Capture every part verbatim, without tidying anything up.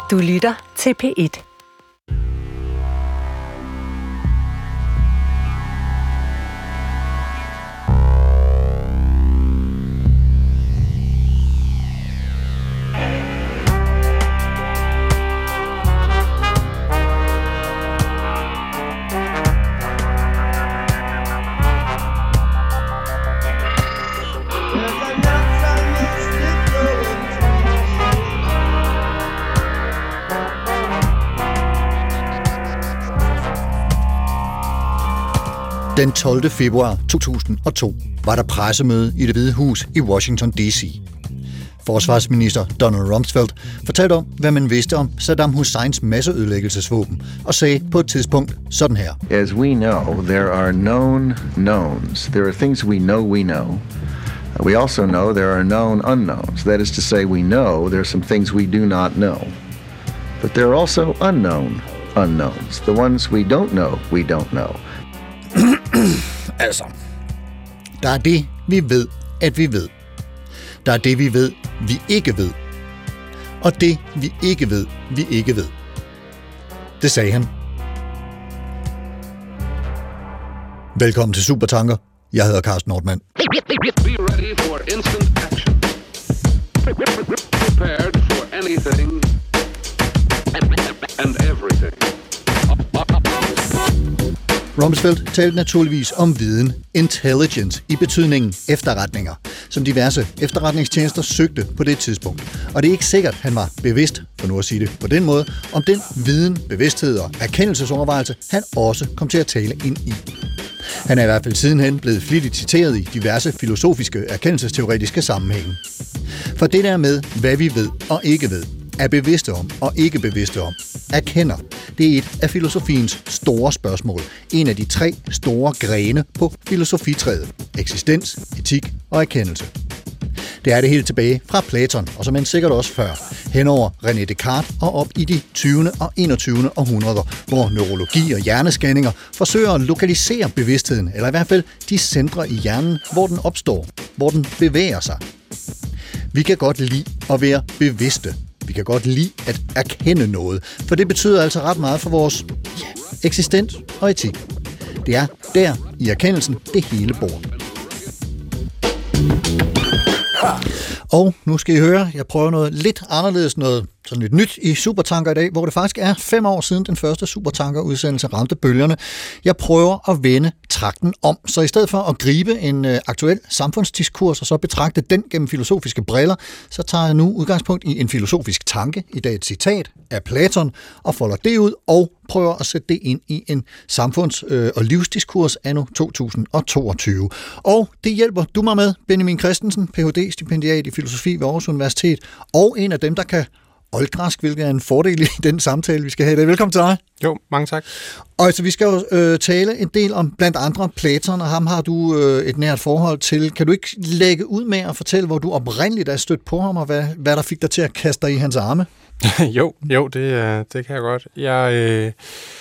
Du lytter til P et. Den tolvte februar to tusind og to var der pressemøde i Det Hvide Hus i Washington D C. Forsvarsminister Donald Rumsfeld fortalte om, hvad man vidste om Saddam Husseins masseødelæggelsesvåben, og sagde på et tidspunkt sådan her. As we know, there are known knowns. There are things we know we know. We also know there are known unknowns. That is to say, we know there are some things we do not know. But there are also unknown unknowns. The ones we don't know, we don't know. Altså, der er det, vi ved, at vi ved. Der er det, vi ved, vi ikke ved. Og det, vi ikke ved, vi ikke ved. Det sagde han. Velkommen til Supertanker. Jeg hedder Carsten Nordmann. Be ready for instant action. Prepared for anything and everything. Rumsfeld talte naturligvis om viden, intelligence, i betydningen efterretninger, som diverse efterretningstjenester søgte på det tidspunkt. Og det er ikke sikkert, han var bevidst, for nu at sige det på den måde, om den viden, bevidsthed og erkendelsesovervejelse, han også kom til at tale ind i. Han er i hvert fald sidenhen blevet flittigt citeret i diverse filosofiske erkendelsesteoretiske sammenhænge. For det der med, hvad vi ved og ikke ved, er bevidste om og ikke bevidste om, erkender, det er et af filosofiens store spørgsmål. En af de tre store grene på filosofitræet. Eksistens, etik og erkendelse. Det er det helt tilbage fra Platon, og som man sikkert også før, henover René Descartes og op i de tyvende og enogtyvende århundreder, hvor neurologi og hjernescanninger forsøger at lokalisere bevidstheden, eller i hvert fald de centre i hjernen, hvor den opstår, hvor den bevæger sig. Vi kan godt lide at være bevidste. Vi kan godt lide at erkende noget, for det betyder altså ret meget for vores ja, eksistens og etik. Det er der i erkendelsen, det hele bor. Og nu skal I høre, jeg prøver noget lidt anderledes, noget sådan lidt nyt i Supertanker i dag, hvor det faktisk er fem år siden den første Supertanker-udsendelse ramte bølgerne. Jeg prøver at vende tragten om, så i stedet for at gribe en øh, aktuel samfundsdiskurs og så betragte den gennem filosofiske briller, så tager jeg nu udgangspunkt i en filosofisk tanke, i dag et citat af Platon, og folder det ud og prøver at sætte det ind i en samfunds- øh, og livsdiskurs anno to tusind og toogtyve. Og det hjælper du mig med, Benjamin Christensen, P H D-stipendiat i filosofi ved Aarhus Universitet, og en af dem, der kan oldgræsk, hvilket er en fordel i den samtale, vi skal have i dag. Velkommen til dig. Jo, mange tak. Og altså, vi skal jo øh, tale en del om blandt andre Platon, og ham har du øh, et nært forhold til. Kan du ikke lægge ud med at fortælle, hvor du oprindeligt er stødt på ham, og hvad, hvad der fik dig til at kaste dig i hans arme? jo, jo, det, det kan jeg godt. Jeg, øh,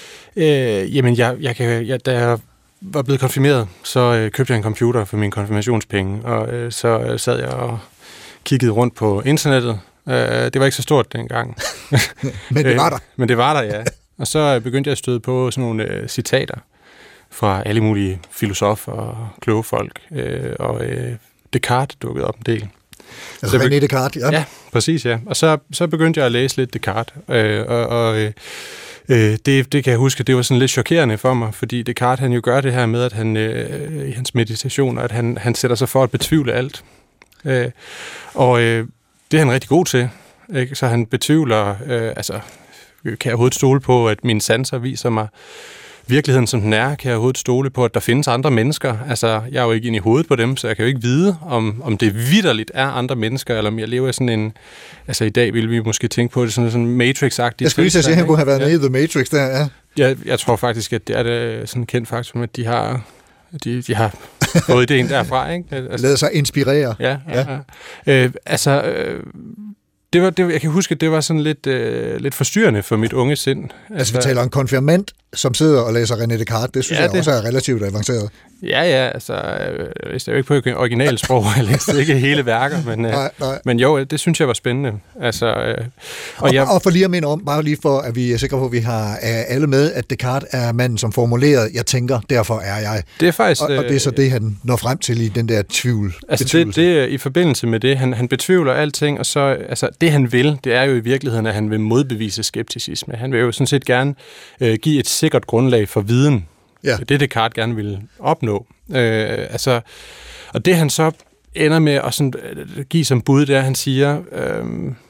øh, jamen, jeg, jeg kan, jeg, da jeg var blevet konfirmeret, så øh, købte jeg en computer for mine konfirmationspenge, og øh, så øh, sad jeg og kiggede rundt på internettet. Det var ikke så stort dengang. Men det var der. Men det var der, ja. Og så begyndte jeg at støde på sådan nogle uh, citater fra alle mulige filosofer og kloge folk. Uh, og uh, Descartes dukkede op en del. Altså René begy- Descartes, ja. Ja, præcis, ja. Og så, så begyndte jeg at læse lidt Descartes. Uh, og og uh, det, det kan jeg huske, det var sådan lidt chokerende for mig, fordi Descartes, han jo gør det her med, at han uh, i hans meditationer, at han, han sætter sig for at betvivle alt. Uh, og uh, det er han rigtig god til, ikke? Så han betvivler, øh, altså, kan jeg overhovedet stole på, at mine sanser viser mig virkeligheden, som den er? Kan jeg overhovedet stole på, at der findes andre mennesker? Altså, jeg er jo ikke inde i hovedet på dem, så jeg kan jo ikke vide, om, om det vitterligt er andre mennesker, eller om jeg lever i sådan en... Altså, i dag ville vi måske tænke på det sådan en Matrix-agtig... Jeg skulle lige sige, at han kunne have været ja. nede i The Matrix der, ja. Jeg, jeg tror faktisk, at det er det sådan kendt faktum, at de har... De, de har fået idéen derfra, ikke? Altså, lad sig inspirere. Ja, ja. ja. Øh, altså, øh, det var, det, jeg kan huske, at det var sådan lidt, øh, lidt forstyrrende for mit unge sind. Altså, altså vi taler om konfirmand som sidder og læser René Descartes, det synes ja, jeg det... også er relativt avanceret. Ja, ja, altså, jeg læste jo ikke på originalsprog, jeg læste ikke hele værker, men, nej, nej. men jo, det synes jeg var spændende. Altså, og, og, jeg... og for lige at minde om, bare lige for, at vi er sikre på, at vi har alle med, at Descartes er manden, som formulerede, jeg tænker, derfor er jeg. Det er faktisk... Og, og det er så det, han når frem til i den der tvivl. Altså, det, det i forbindelse med det, han, han betvivler alting, og så, altså, det han vil, det er jo i virkeligheden, at han vil modbevise skepticisme. Han vil jo sådan set gerne øh, give et sikkert grundlag for viden. Ja. Det er det, Descartes gerne ville opnå. Øh, altså, og det han så ender med at sådan, øh, give som bud, det er, at han siger øh,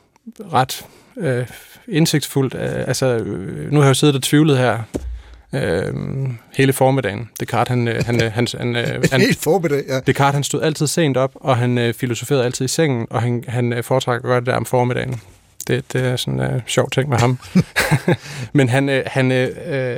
ret øh, indsigtsfuldt, øh, altså øh, nu har jeg jo siddet og tvivlet her øh, hele formiddagen. Descartes, han... han, han, han, han, han Helt formiddag, ja. Descartes, han stod altid sent op, og han øh, filosoferede altid i sengen, og han, han foretrækker at gøre det der om formiddagen. Det, det er sådan en øh, sjov ting med ham. Men han... Øh, han øh,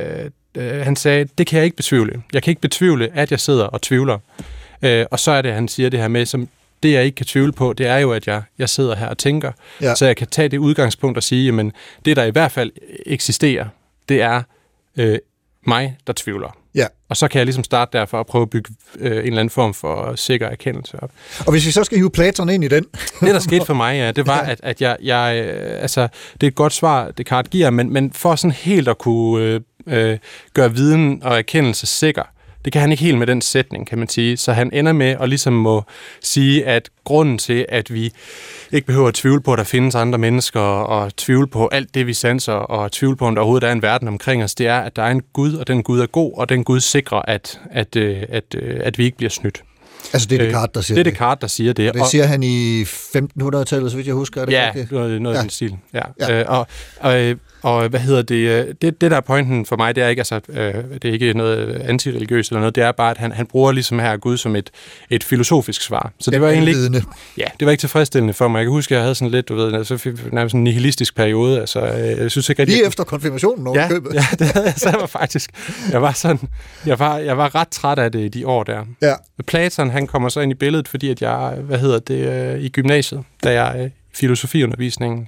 øh, han sagde, det kan jeg ikke betvivle. Jeg kan ikke betvivle, at jeg sidder og tvivler. Øh, og så er det, han siger det her med, som det jeg ikke kan tvivle på, det er jo, at jeg, jeg sidder her og tænker. Ja. Så jeg kan tage det udgangspunkt og sige, jamen, det der i hvert fald eksisterer, det er øh, mig, der tvivler. Ja. Og så kan jeg ligesom starte derfor og prøve at bygge øh, en eller anden form for sikker erkendelse op. Og hvis vi så skal hive Platon ind i den? Det, der skete for mig, ja, det var, ja. at, at jeg, jeg øh, altså, det er et godt svar, Descartes giver, men, men for sådan helt at kunne øh, øh, gøre viden og erkendelse sikker, det kan han ikke helt med den sætning, kan man sige. Så han ender med at ligesom må sige, at grunden til, at vi ikke behøver at tvivle på, at der findes andre mennesker, og tvivle på alt det, vi sanser, og tvivle på, om der overhovedet er en verden omkring os, det er, at der er en Gud, og den Gud er god, og den Gud sikrer, at, at, at, at, at vi ikke bliver snydt. Altså det er Descartes, der siger det? Det er Descartes, der siger det. Og det siger han i femtenhundredetallet, så vidt jeg husker. Er det ja, faktisk? noget, noget ja. i den stil. Ja. Ja. Øh, og, og, og hvad hedder det? Det, det der er pointen for mig, det er ikke, altså, øh, det er ikke noget antireligiøst eller noget, det er bare, at han, han bruger ligesom her Gud som et, et filosofisk svar. Så det, det var egentlig ikke, ja, det var ikke tilfredsstillende for mig. Jeg kan huske, at jeg havde sådan lidt, du ved, altså, nærmest en nihilistisk periode. Altså, jeg synes ikke, at Lige jeg, efter konfirmationen over ja, købet. Ja, det havde jeg, så jeg var faktisk, jeg var sådan, jeg var, jeg var ret træt af det i de år der. Ja. Platon, han kommer så ind i billedet, fordi at jeg, hvad hedder det, i gymnasiet, da jeg i filosofiundervisningen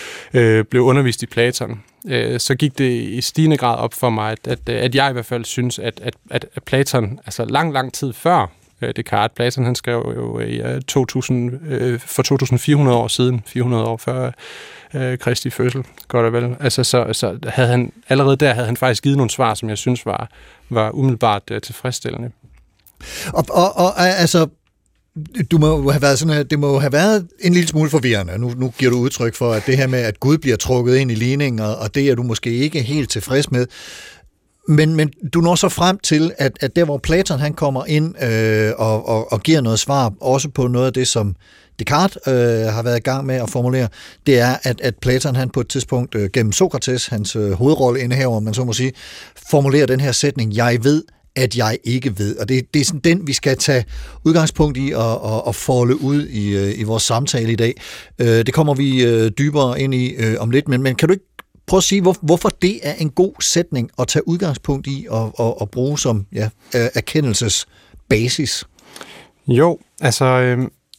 øh, blev undervist i Platon, øh, så gik det i stigende grad op for mig, at, at, at jeg i hvert fald synes, at, at, at Platon, altså lang, lang tid før øh, Descartes, Platon, han skrev jo i uh, to tusind, øh, for to tusind fire hundrede år siden, fire hundrede år før øh, Kristi fødsel, godt og vel. Altså, så, så havde han, allerede der havde han faktisk givet nogle svar, som jeg synes var, var umiddelbart øh, tilfredsstillende. Og, og, og altså, du må have været sådan, det må have været en lille smule forvirrende. Nu, nu giver du udtryk for, at det her med, at Gud bliver trukket ind i ligningen, og, og det er du måske ikke helt tilfreds med. Men, men du når så frem til, at, at der hvor Platon han kommer ind øh, og, og, og giver noget svar, også på noget af det, som Descartes øh, har været i gang med at formulere, det er, at, at Platon han på et tidspunkt øh, gennem Sokrates, hans øh, hovedrolleindehaver, man så må sige, formulerer den her sætning, jeg ved, at jeg ikke ved. Og det, det er sådan den, vi skal tage udgangspunkt i og, og, og folde ud i, i vores samtale i dag. Øh, det kommer vi øh, dybere ind i øh, om lidt, men, men kan du ikke prøve at sige, hvor, hvorfor det er en god sætning at tage udgangspunkt i og, og, og bruge som ja, erkendelsesbasis? Jo, altså øh,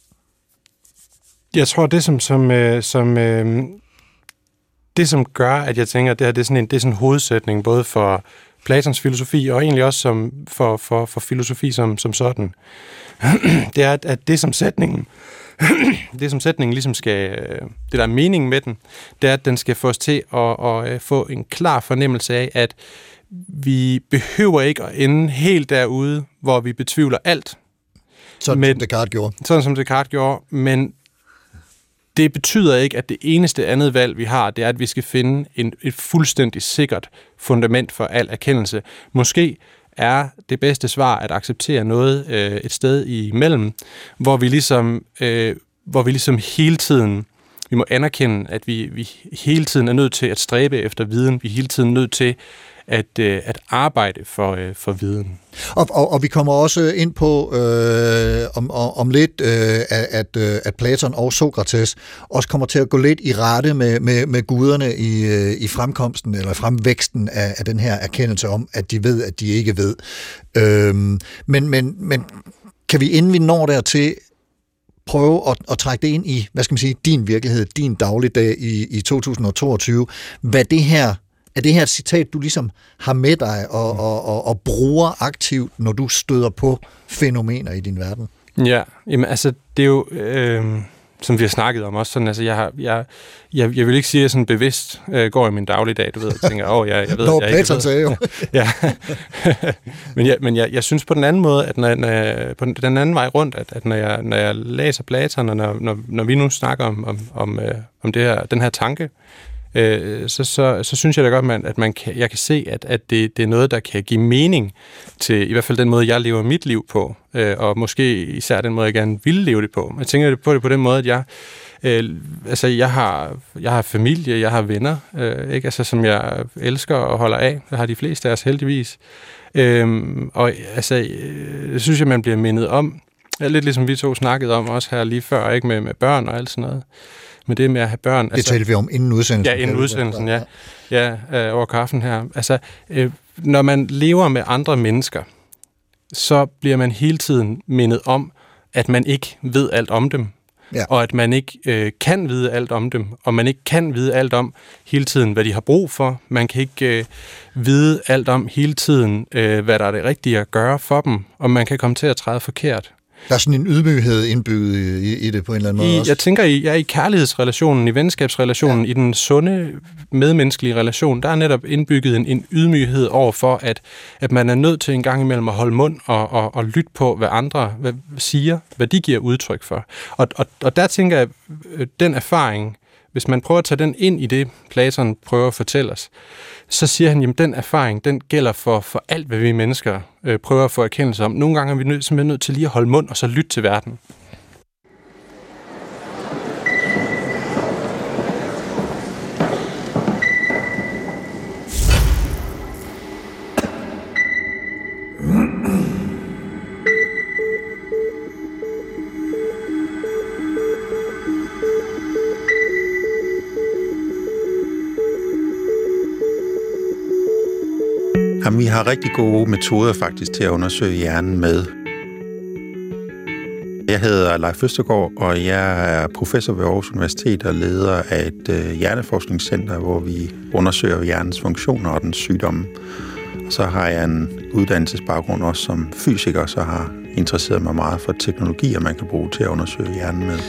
jeg tror, det som, som, øh, som øh, det som gør, at jeg tænker, at det her det er sådan en, det er sådan en hovedsætning, både for Platons filosofi, og egentlig også som for, for, for filosofi som, som sådan, det er, at, at det som sætningen, det som sætningen ligesom skal, det der er meningen med den, det er, at den skal få os til at, at få en klar fornemmelse af, at vi behøver ikke at ende helt derude, hvor vi betvivler alt. Sådan men, som Descartes gjorde. Sådan som Descartes gjorde, men det betyder ikke, at det eneste andet valg, vi har, det er, at vi skal finde en, et fuldstændig sikkert fundament for al erkendelse. Måske er det bedste svar at acceptere noget øh, et sted imellem, hvor vi ligesom, øh, hvor vi ligesom hele tiden, vi må anerkende, at vi, vi hele tiden er nødt til at stræbe efter viden. Vi er hele tiden nødt til at, øh, at arbejde for, øh, for viden. Og, og, og vi kommer også ind på øh, om, om lidt, øh, at, at Platon og Sokrates også kommer til at gå lidt i rette med, med, med guderne i, i fremkomsten eller fremvæksten af, af den her erkendelse om, at de ved, at de ikke ved. Øh, men, men, men kan vi, inden vi når dertil, prøve at, at trække det ind i, hvad skal man sige, din virkelighed, din dagligdag i, i to tusind toogtyve, hvad det her Er det her et citat, du ligesom har med dig og, og, og, og bruger aktivt, når du støder på fænomener i din verden? Ja, jamen altså, det er jo, øh, som vi har snakket om også, sådan, altså, jeg, har, jeg, jeg, jeg vil ikke sige, at jeg sådan bevidst øh, går i min dagligdag, du ved, og tænker, åh, oh, jeg, jeg ved, Nå, jeg ikke Platon sagde jo. Ja, men, jeg, men jeg, jeg synes på den anden måde, at når, når jeg, på den anden vej rundt, at, at når, jeg, når jeg læser Platon, og når, når, når vi nu snakker om, om, om, øh, om det her, den her tanke, øh, så, så, så synes jeg da godt, man, at man kan, jeg kan se, at, at det, det er noget, der kan give mening til i hvert fald den måde, jeg lever mit liv på, øh, og måske især den måde, jeg gerne vil leve det på. Jeg tænker på det på den måde, at jeg øh, altså, jeg har, jeg har familie, jeg har venner, øh, ikke? Altså, som jeg elsker og holder af. Det har de fleste af os heldigvis. Øh, og altså, øh, det synes jeg, man bliver mindet om. Lidt ligesom vi to snakkede om også her lige før, ikke? Med, med børn og alt sådan noget. Men det med at have børn... Det talte vi om inden udsendelsen. Ja, inden udsendelsen, ja. Ja, øh, over kaffen her. Altså, øh, når man lever med andre mennesker, så bliver man hele tiden mindet om, at man ikke ved alt om dem. Ja. Og at man ikke øh, kan vide alt om dem. Og man ikke kan vide alt om hele tiden, hvad de har brug for. Man kan ikke øh, vide alt om hele tiden, øh, hvad der er det rigtige at gøre for dem. Og man kan komme til at træde forkert. Der er sådan en ydmyghed indbygget i, i det på en eller anden måde I, også. Jeg tænker, i, ja, i kærlighedsrelationen, i venskabsrelationen, ja. I den sunde, medmenneskelige relation, der er netop indbygget en, en ydmyghed over for, at, at man er nødt til en gang imellem at holde mund og, og, og lytte på, hvad andre hvad, siger, hvad de giver udtryk for. Og, og, og der tænker jeg, den erfaring, hvis man prøver at tage den ind i det, Platon prøver at fortælle os, så siger han, at den erfaring, den gælder for, for alt, hvad vi mennesker øh, prøver at få erkendelse om. Nogle gange er vi nødt, simpelthen nødt til lige at holde mund og så lytte til verden. Jamen, vi har rigtig gode metoder faktisk til at undersøge hjernen med. Jeg hedder Leif Østergaard, og jeg er professor ved Aarhus Universitet og leder af et øh, hjerneforskningscenter, hvor vi undersøger hjernens funktioner og dens sygdomme. Og så har jeg en uddannelsesbaggrund også som fysiker, så har interesseret mig meget for teknologier, man kan bruge til at undersøge hjernen med.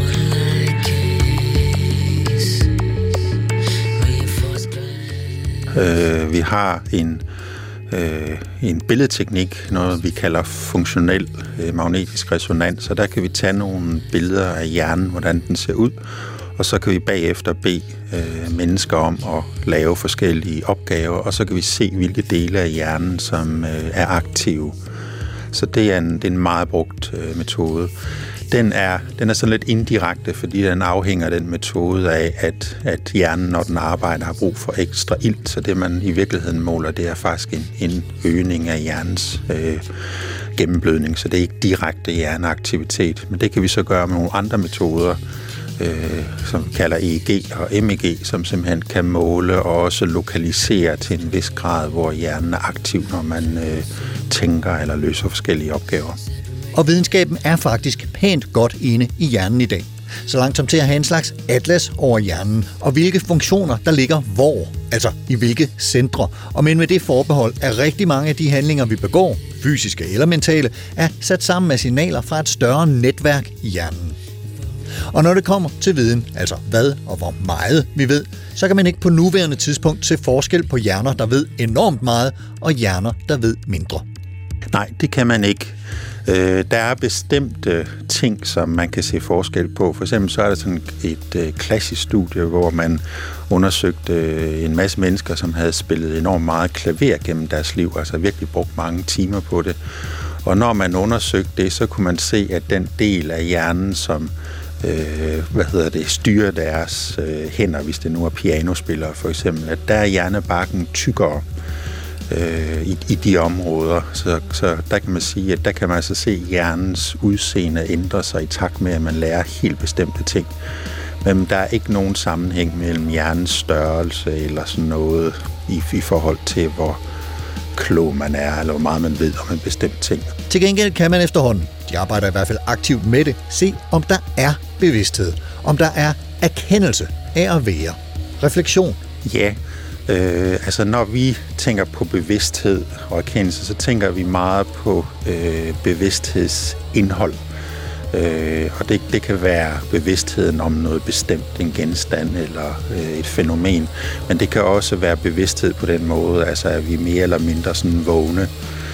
Øh, vi har en, øh, en billedteknik, noget vi kalder funktionel øh, magnetisk resonans, og der kan vi tage nogle billeder af hjernen, hvordan den ser ud, og så kan vi bagefter bede øh, mennesker om at lave forskellige opgaver, og så kan vi se, hvilke dele af hjernen, som øh, er aktive. Så det er en, det er en meget brugt øh, metode. Den er, den er sådan lidt indirekte, fordi den afhænger den metode af, at, at hjernen, når den arbejder, har brug for ekstra ilt. Så det, man i virkeligheden måler, det er faktisk en, en øgning af hjernens øh, gennemblødning. Så det er ikke direkte hjerneaktivitet. Men det kan vi så gøre med nogle andre metoder, øh, som vi kalder E E G og M E G, som simpelthen kan måle og også lokalisere til en vis grad, hvor hjernen er aktiv, når man øh, tænker eller løser forskellige opgaver. Og videnskaben er faktisk pænt godt inde i hjernen i dag. Så langt som til at have en slags atlas over hjernen, og hvilke funktioner, der ligger hvor, altså i hvilke centre. Og men med det forbehold, at rigtig mange af de handlinger, vi begår, fysiske eller mentale, er sat sammen med signaler fra et større netværk i hjernen. Og når det kommer til viden, altså hvad og hvor meget vi ved, så kan man ikke på nuværende tidspunkt se forskel på hjerner, der ved enormt meget, og hjerner, der ved mindre. Nej, det kan man ikke. Øh, der er bestemte ting, som man kan se forskel på. For eksempel så er der sådan et øh, klassisk studie, hvor man undersøgte øh, en masse mennesker, som havde spillet enormt meget klaver gennem deres liv, altså virkelig brugt mange timer på det. Og når man undersøgte det, så kunne man se, at den del af hjernen, som øh, hvad hedder det, styrer deres øh, hænder, hvis det nu er pianospillere for eksempel, at der er hjernebarken tykkere I, i de områder, så, så der kan man sige, at der kan man altså se hjernens udseende ændre sig i takt med, at man lærer helt bestemte ting. Men der er ikke nogen sammenhæng mellem hjernens størrelse eller sådan noget i, i forhold til, hvor klog man er, eller hvor meget man ved om en bestemt ting. Til gengæld kan man efterhånden, de arbejder i hvert fald aktivt med det, se om der er bevidsthed, om der er erkendelse af at være, refleksion. Ja, Øh, altså når vi tænker på bevidsthed og erkendelse, så tænker vi meget på øh, bevidsthedsindhold. Øh, og det, det kan være bevidstheden om noget bestemt, en genstand eller øh, et fænomen. Men det kan også være bevidsthed på den måde, altså at vi er mere eller mindre sådan vågne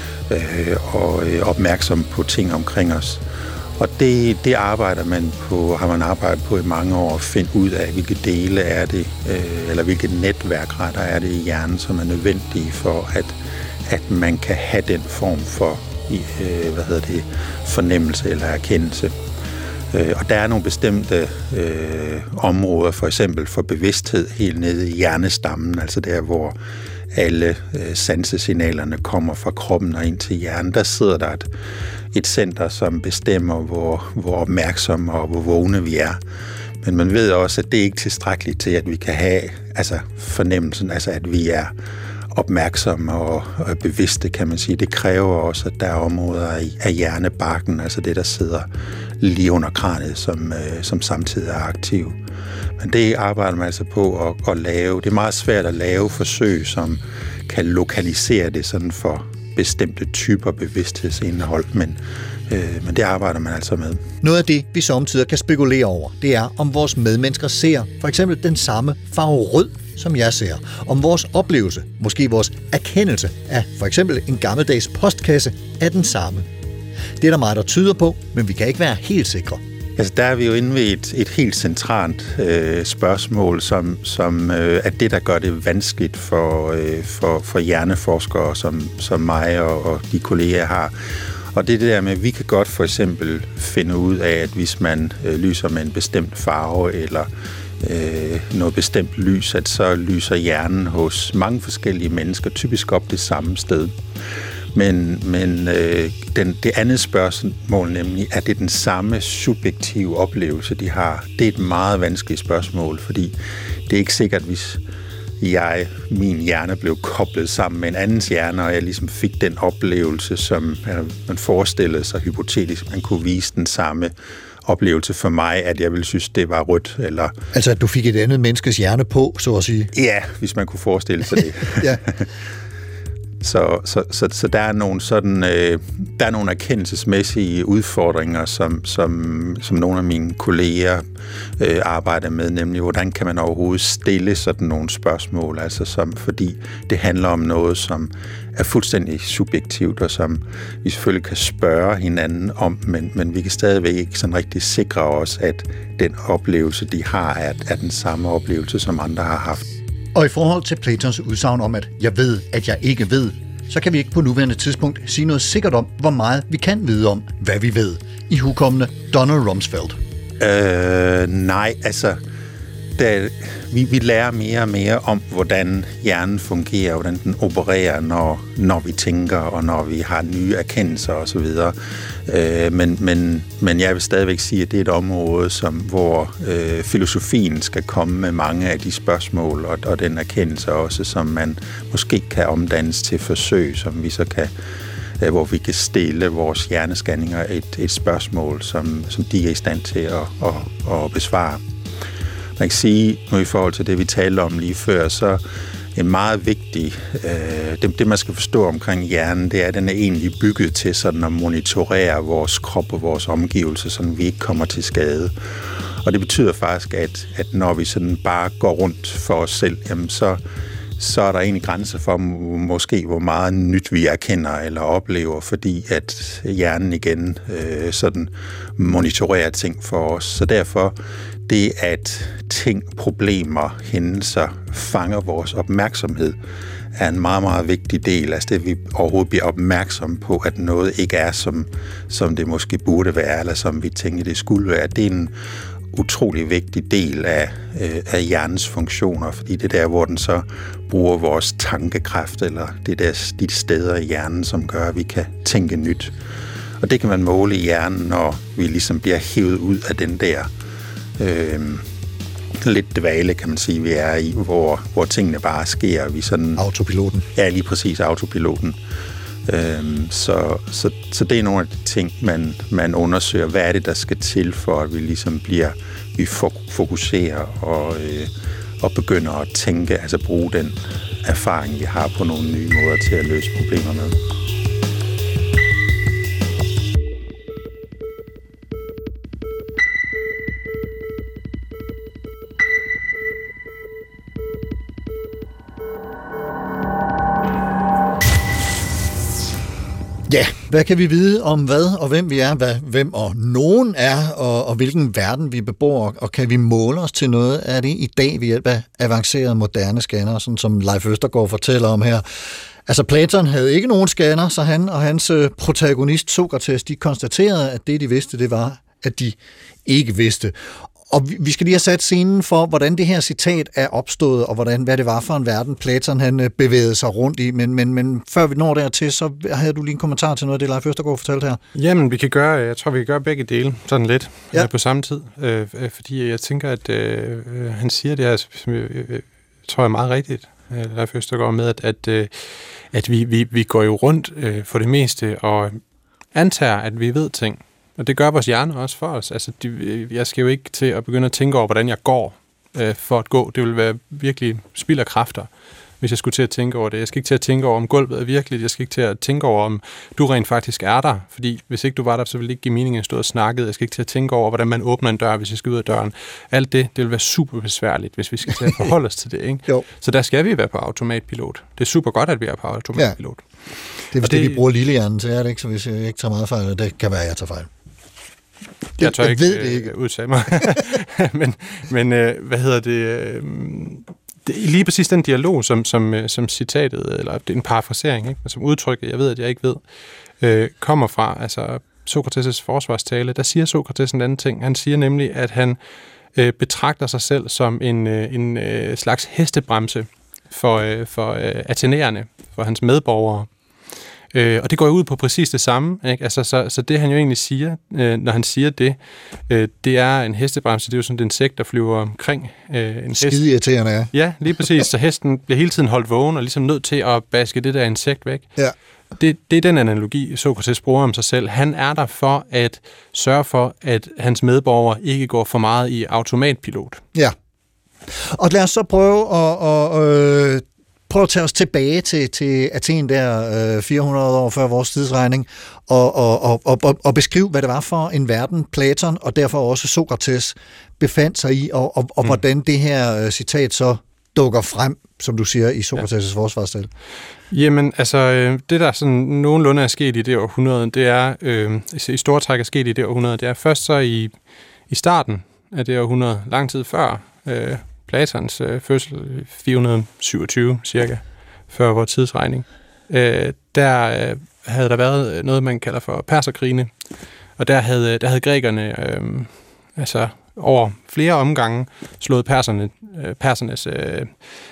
øh, og øh, opmærksomme på ting omkring os. Og det, det arbejder man på, har man arbejdet på i mange år, at finde ud af, hvilke dele er det, øh, eller hvilke netværkretter er det i hjernen, som er nødvendige for, at, at man kan have den form for øh, hvad hedder det, fornemmelse eller erkendelse. Øh, og der er nogle bestemte øh, områder, for eksempel for bevidsthed, helt nede i hjernestammen, altså der, hvor alle øh, sansesignalerne kommer fra kroppen og ind til hjernen. Der sidder der et et center, som bestemmer, hvor, hvor opmærksomme og hvor vågne vi er. Men man ved også, at det ikke er tilstrækkeligt til, at vi kan have altså fornemmelsen, altså at vi er opmærksomme og, og bevidste, kan man sige. Det kræver også, at der er områder af hjernebarken, altså det, der sidder lige under kraniet, som, øh, som samtidig er aktiv. Men det arbejder man altså på at, at lave. Det er meget svært at lave forsøg, som kan lokalisere det sådan for bestemte typer bevidsthedsindhold, men, øh, men det arbejder man altså med. Noget af det, vi samtidig kan spekulere over, det er, om vores medmennesker ser for eksempel den samme farve rød, som jeg ser. Om vores oplevelse, måske vores erkendelse af for eksempel en gammeldags postkasse, er den samme. Det er der meget, der tyder på, men vi kan ikke være helt sikre. Altså, der er vi jo inde ved et, et helt centralt øh, spørgsmål, som, som øh, er det, der gør det vanskeligt for, øh, for, for hjerneforskere, som, som mig og, og de kolleger har. Og det er det der med, at vi kan godt for eksempel finde ud af, at hvis man øh, lyser med en bestemt farve eller øh, noget bestemt lys, at så lyser hjernen hos mange forskellige mennesker typisk op det samme sted. Men, men øh, den, det andet spørgsmål, nemlig, er det den samme subjektive oplevelse, de har? Det er et meget vanskeligt spørgsmål, fordi det er ikke sikkert, hvis jeg, min hjerne blev koblet sammen med en andens hjerne, og jeg ligesom fik den oplevelse, som man forestillede sig hypotetisk, man kunne vise den samme oplevelse for mig, at jeg ville synes, det var rødt. Eller altså, at du fik et andet menneskes hjerne på, så at sige? Ja, hvis man kunne forestille sig det. Ja. Så, så, så, så der er nogle sådan, øh, der er nogle erkendelsesmæssige udfordringer, som, som, som nogle af mine kolleger øh, arbejder med, nemlig hvordan kan man overhovedet stille sådan nogle spørgsmål, altså som, fordi det handler om noget, som er fuldstændig subjektivt, og som vi selvfølgelig kan spørge hinanden om, men, men vi kan stadigvæk ikke sådan rigtig sikre os, at den oplevelse, de har, er, er den samme oplevelse, som andre har haft. Og i forhold til Platons udsagn om, at jeg ved, at jeg ikke ved, så kan vi ikke på nuværende tidspunkt sige noget sikkert om, hvor meget vi kan vide om, hvad vi ved, i hukommende Donald Rumsfeld. Øh, nej, altså, der, vi, vi lærer mere og mere om, hvordan hjernen fungerer, hvordan den opererer, når, når vi tænker, og når vi har nye erkendelser osv. Øh, men, men, men jeg vil stadigvæk sige, at det er et område, som, hvor øh, filosofien skal komme med mange af de spørgsmål, og, og den erkendelse også, som man måske kan omdannes til forsøg, som vi så kan, øh, hvor vi kan stille vores hjerneskanninger et, et spørgsmål, som, som de er i stand til at, at, at besvare. Man kan sige, nu i forhold til det, vi talte om lige før, så en meget vigtig, øh, det, det man skal forstå omkring hjernen, det er, at den er egentlig bygget til sådan at monitorere vores krop og vores omgivelser, så vi ikke kommer til skade. Og det betyder faktisk, at, at når vi sådan bare går rundt for os selv, jamen så, så er der egentlig grænser for måske, hvor meget nyt vi erkender eller oplever, fordi at hjernen igen øh, sådan monitorerer ting for os. Så derfor det, at ting, problemer, hændelser fanger vores opmærksomhed, er en meget, meget vigtig del. Altså det, vi overhovedet bliver opmærksom på, at noget ikke er, som, som det måske burde være, eller som vi tænker, det skulle være. Det er en utrolig vigtig del af, øh, af hjernens funktioner, fordi det er der, hvor den så bruger vores tankekraft, eller det er de steder i hjernen, som gør, at vi kan tænke nyt. Og det kan man måle i hjernen, når vi ligesom bliver hævet ud af den der øh, lidt dvale, kan man sige, vi er i, hvor, hvor tingene bare sker. Vi sådan, autopiloten. Ja, lige præcis, autopiloten. Øhm, så, så, så det er nogle af de ting, man, man undersøger. Hvad er det, der skal til for, at vi ligesom bliver, vi fokuserer og, øh, og begynder at tænke, altså bruge den erfaring, vi har på nogle nye måder til at løse problemer med. Ja, hvad kan vi vide om hvad og hvem vi er, hvad, hvem og nogen er, og, og hvilken verden vi bebor, og kan vi måle os til noget af det i dag ved hjælp af avancerede moderne scanner, sådan som Leif Østergaard fortæller om her. Altså Platon havde ikke nogen scanner, så han og hans protagonist Sokrates, de konstaterede, at det de vidste, det var, at de ikke vidste. Og vi skal lige have sat scenen for, hvordan det her citat er opstået, og hvordan, hvad det var for en verden, Platon han bevægede sig rundt i. Men, men, men før vi når dertil, så havde du lige en kommentar til noget af det, Leif Østergaard fortalte her. Jamen, vi kan gøre, jeg tror, vi kan gøre begge dele sådan lidt ja. på samme tid. Øh, fordi jeg tænker, at øh, han siger det her, som jeg, jeg tror jeg er meget rigtigt, øh, Leif Østergaard, med, at, at, øh, at vi, vi, vi går jo rundt øh, for det meste og antager, at vi ved ting. Og det gør vores hjerne også for os. Altså, de, jeg skal jo ikke til at begynde at tænke over, hvordan jeg går øh, for at gå. Det vil være virkelig spild af kræfter, hvis jeg skulle til at tænke over det. Jeg skal ikke til at tænke over, om gulvet er virkeligt. Jeg skal ikke til at tænke over, om du rent faktisk er der. Fordi hvis ikke du var der, så ville det ikke give mening, at jeg stod og snakkede. Jeg skal ikke til at tænke over, hvordan man åbner en dør, hvis jeg skal ud af døren. Alt det, det vil være super besværligt, hvis vi skal til at forholde os til det. Ikke? Jo. Så der skal vi være på automatpilot. Det er super godt, at vi er på automatpilot. Ja. Det er vist det, det, vi bruger lillehjernen til, er det ikke? Så hvis jeg ikke tager meget fejl, det kan være, at jeg tager fejl. Det, jeg tør jeg ikke, ved det ikke. Øh, udtale mig. men men øh, hvad hedder det, øh, det? Lige præcis den dialog, som, som, som citatet, eller det er en parafrasering, ikke? Som udtrykket, jeg ved, at jeg ikke ved, øh, kommer fra. Altså Sokrates' forsvarstale, der siger Sokrates en anden ting. Han siger nemlig, at han øh, betragter sig selv som en, øh, en øh, slags hestebremse for, øh, for øh, athenæerne, for hans medborgere. Øh, og det går jo ud på præcis det samme, ikke? Altså, så, så det han jo egentlig siger, øh, når han siger det, øh, det er en hestebremse, det er jo sådan en insekt, der flyver omkring øh, en hest. Skide irriterende er. Ja, lige præcis, så hesten bliver hele tiden holdt vågen og ligesom nødt til at baske det der insekt væk. Ja. Det, det er den analogi, Sokrates bruger om sig selv. Han er der for at sørge for, at hans medborgere ikke går for meget i automatpilot. Ja. Og lad os så prøve at... at øh Prøv at tage os tilbage til, til Athen der øh, fire hundrede år før vores tidsregning, og, og, og, og, og beskrive, hvad det var for en verden Platon, og derfor også Sokrates, befandt sig i, og, og, og mm. hvordan det her øh, citat så dukker frem, som du siger, i Sokrates' ja. forsvarstal. Jamen, altså, øh, det der sådan nogenlunde er sket i det århundrede, det er, øh, i store træk er sket i det århundrede, det er først så i, i starten af det århundrede, lang tid før, øh, Platons øh, fødsel, fire hundrede syvogtyve cirka, før vores tidsregning, øh, der øh, havde der været noget, man kalder for perserkrigene, og der havde, der havde grækerne øh, altså over flere omgange slået perserne, øh, persernes øh,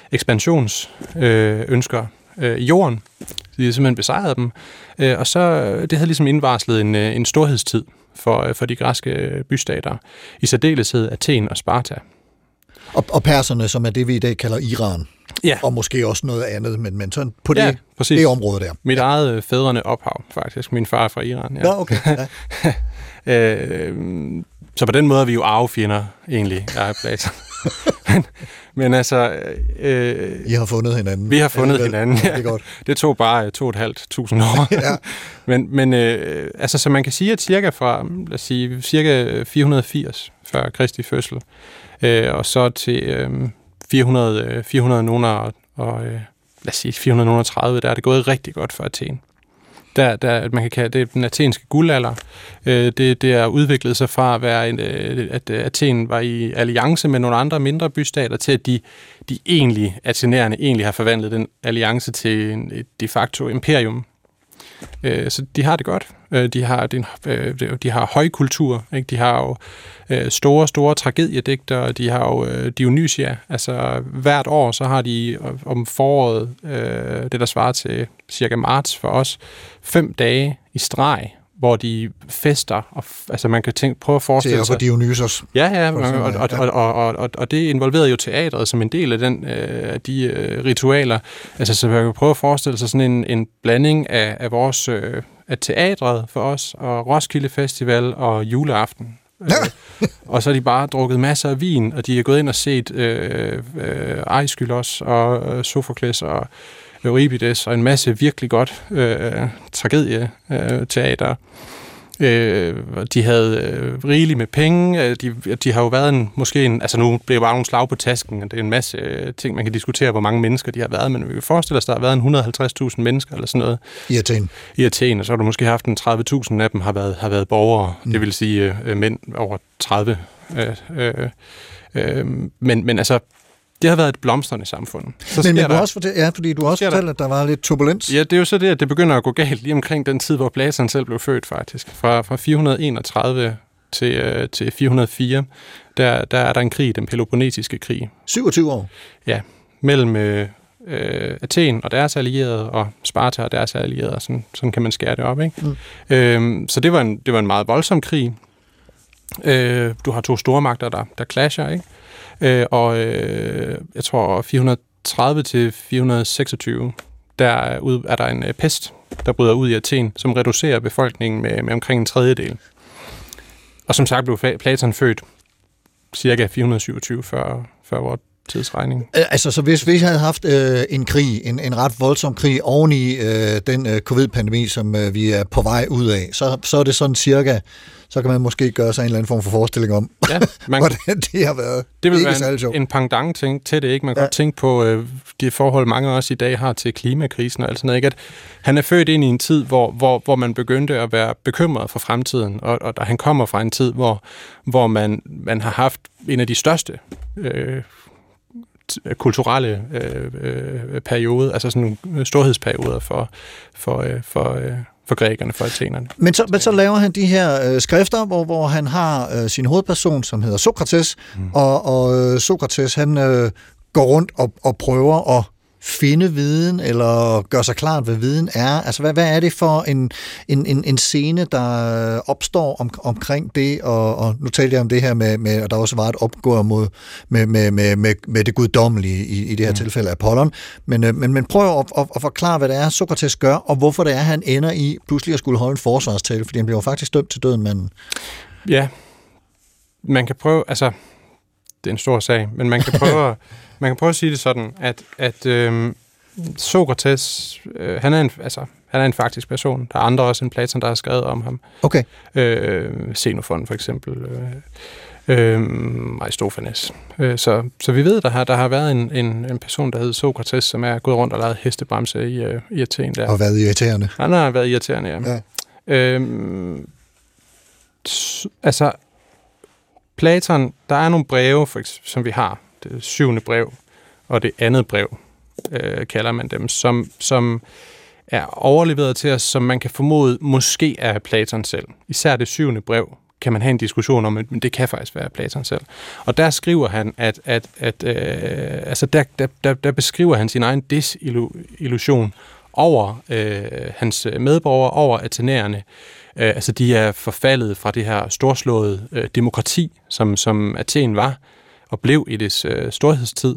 ekspansionsønsker øh, i jorden. De havde simpelthen besejret dem, øh, og så det havde ligesom indvarslet en, en storhedstid for, for de græske bystater, i særdeleshed Athen og Sparta. Og, og perserne, som er det, vi i dag kalder Iran. Ja. Og måske også noget andet, men, men sådan på det, ja, det område der. Mit ja. eget fædrene ophav, faktisk. Min far er fra Iran. Ja. Nå, okay. Ja. øh, så på den måde er vi jo arvefjender, egentlig, jeg er Platon. men, men altså... Øh, I har fundet hinanden. Vi har fundet ja, hinanden, ja. Det er godt. Det tog bare to og et halvt tusind år. ja. Men, men øh, altså, så man kan sige, at cirka fra, lad os sige, cirka fire hundrede og firs før Kristi fødsel, øh, og så til øh, fire hundrede, fire hundrede nogen og, og øh, lad os sige fire hundrede og tredive, der er det gået rigtig godt for Athen. Der, der, man kan kalde det den athenske guldalder. Øh, det, det er udviklet sig fra at være en, at Athen var i alliance med nogle andre mindre bystater, til at de, de egentlig, athenærerne egentlig har forvandlet den alliance til en, et de facto imperium. Øh, så de har det godt. Øh, de har de, øh, de har høj kultur, ikke? De har jo øh, store, store tragediedigtere, de har jo øh, Dionysia. Altså hvert år, så har de om foråret, øh, det der svarer til cirka marts for os, fem dage i streg, hvor de fester, og altså man kan tænke, prøve at forestille sig... Til Dionysos. Ja, ja, og, og, og, og, og, og det involverede jo teatret som en del af den, øh, de øh, ritualer. Altså så man kan prøve at forestille sig sådan en, en blanding af, af vores øh, af teatret for os, og Roskilde Festival og juleaften. øh, og så har de bare drukket masser af vin, og de er gået ind og set øh, øh, Aeschylus og øh, Sophokles og Euripides og en masse virkelig godt øh, tragedieteater. Øh, de havde øh, rigeligt med penge. De, de har jo været en, måske en, altså nu bliver bare nogle slag på tasken, og det er en masse øh, ting, man kan diskutere, hvor mange mennesker de har været, men vi kan forestille os, der har været en et hundrede og halvtreds tusind mennesker eller sådan noget. I Athen. I Athen, og så har du måske haft en tredive tusind af dem har været, har været borgere, mm. det vil sige øh, mænd over tredive. Øh, øh, øh, men, men altså, det har været et blomstrende samfund. Så men men du der, også fortæl, ja, fordi du også fortalte, at der var lidt turbulens. Ja, det er jo så det, at det begynder at gå galt lige omkring den tid, hvor Platon selv blev født faktisk. Fra, fra fire hundrede og enogtredive til, øh, til fire hundrede og fire, der, der er der en krig, den Peloponnesiske krig. syvogtyve år? Ja, mellem øh, øh, Athen og deres allierede, og Sparta og deres allierede. Sådan, sådan kan man skære det op, ikke? Mm. Øhm, så det var, en, det var en meget voldsom krig. Øh, du har to store magter, der, der clasher, ikke? Øh, og øh, jeg tror fire hundrede og tredive til fire hundrede og seksogtyve, der er, ud, er der en øh, pest, der bryder ud i Athen, som reducerer befolkningen med, med omkring en tredjedel. Og som sagt blev Platon født cirka fire hundrede og syvogtyve før, før vores tidsregning. Altså, så hvis vi havde haft øh, en krig, en, en ret voldsom krig oveni øh, den øh, covid-pandemi, som øh, vi er på vej ud af, så, så er det sådan cirka, så kan man måske gøre sig en eller anden form for forestilling om, ja, man, hvordan det har været. Det vil ikke være en, en pendant ting til det, ikke? Man kan ja. godt tænke på øh, de forhold, mange af os i dag har til klimakrisen og alt sådan noget, ikke? At han er født ind i en tid, hvor, hvor, hvor man begyndte at være bekymret for fremtiden, og, og han kommer fra en tid, hvor, hvor man, man har haft en af de største øh, kulturelle øh, øh, periode, altså sådan nogle storhedsperioder for, for, øh, for, øh, for grækerne, for athenerne. Men så, men så laver han de her øh, skrifter, hvor, hvor han har øh, sin hovedperson, som hedder Sokrates, mm. og, og øh, Sokrates, han øh, går rundt og, og prøver at finde viden, eller gøre sig klart, hvad viden er. Altså, hvad, hvad er det for en, en, en, en scene, der opstår om, omkring det, og, og nu talte jeg om det her med, med at der også var et opgør mod, med, med, med, med, med det guddommelige, i, i det her mm. tilfælde Apollon, men, øh, men, men prøv at, at, at forklare, hvad det er, Sokrates gør, og hvorfor det er, han ender i pludselig at skulle holde en forsvarstale, fordi han bliver jo faktisk dømt til døden, manden. Ja, man kan prøve, altså, det er en stor sag, men man kan prøve at Man kan prøve at sige det sådan, at, at øh, Sokrates, øh, han, er en, altså, han er en faktisk person. Der er andre også end Platon, der har skrevet om ham. Okay. Øh, Xenofon for eksempel. Øh, øh, Aristofanes. Øh, så, så vi ved, der har, der har været en, en, en person, der hedder Sokrates, som er gået rundt og lavet hestebremse i, uh, i Athen. Der. Og været irriterende. Han har været irriterende, ja. ja. Øh, altså, Platon, der er nogle breve, for eksempel, som vi har. Det syvende brev og det andet brev, øh, kalder man dem, som, som er overleveret til os, som man kan formode måske er Platon selv. Især det syvende brev kan man have en diskussion om, men det kan faktisk være Platon selv. Og der skriver han, at, at, at øh, altså der, der, der, der beskriver han sin egen desillusion over øh, hans medborgere, over athenæerne. Øh, altså de er forfaldet fra det her storslåede øh, demokrati, som, som Athen var, og blev i dets øh, storhedstid,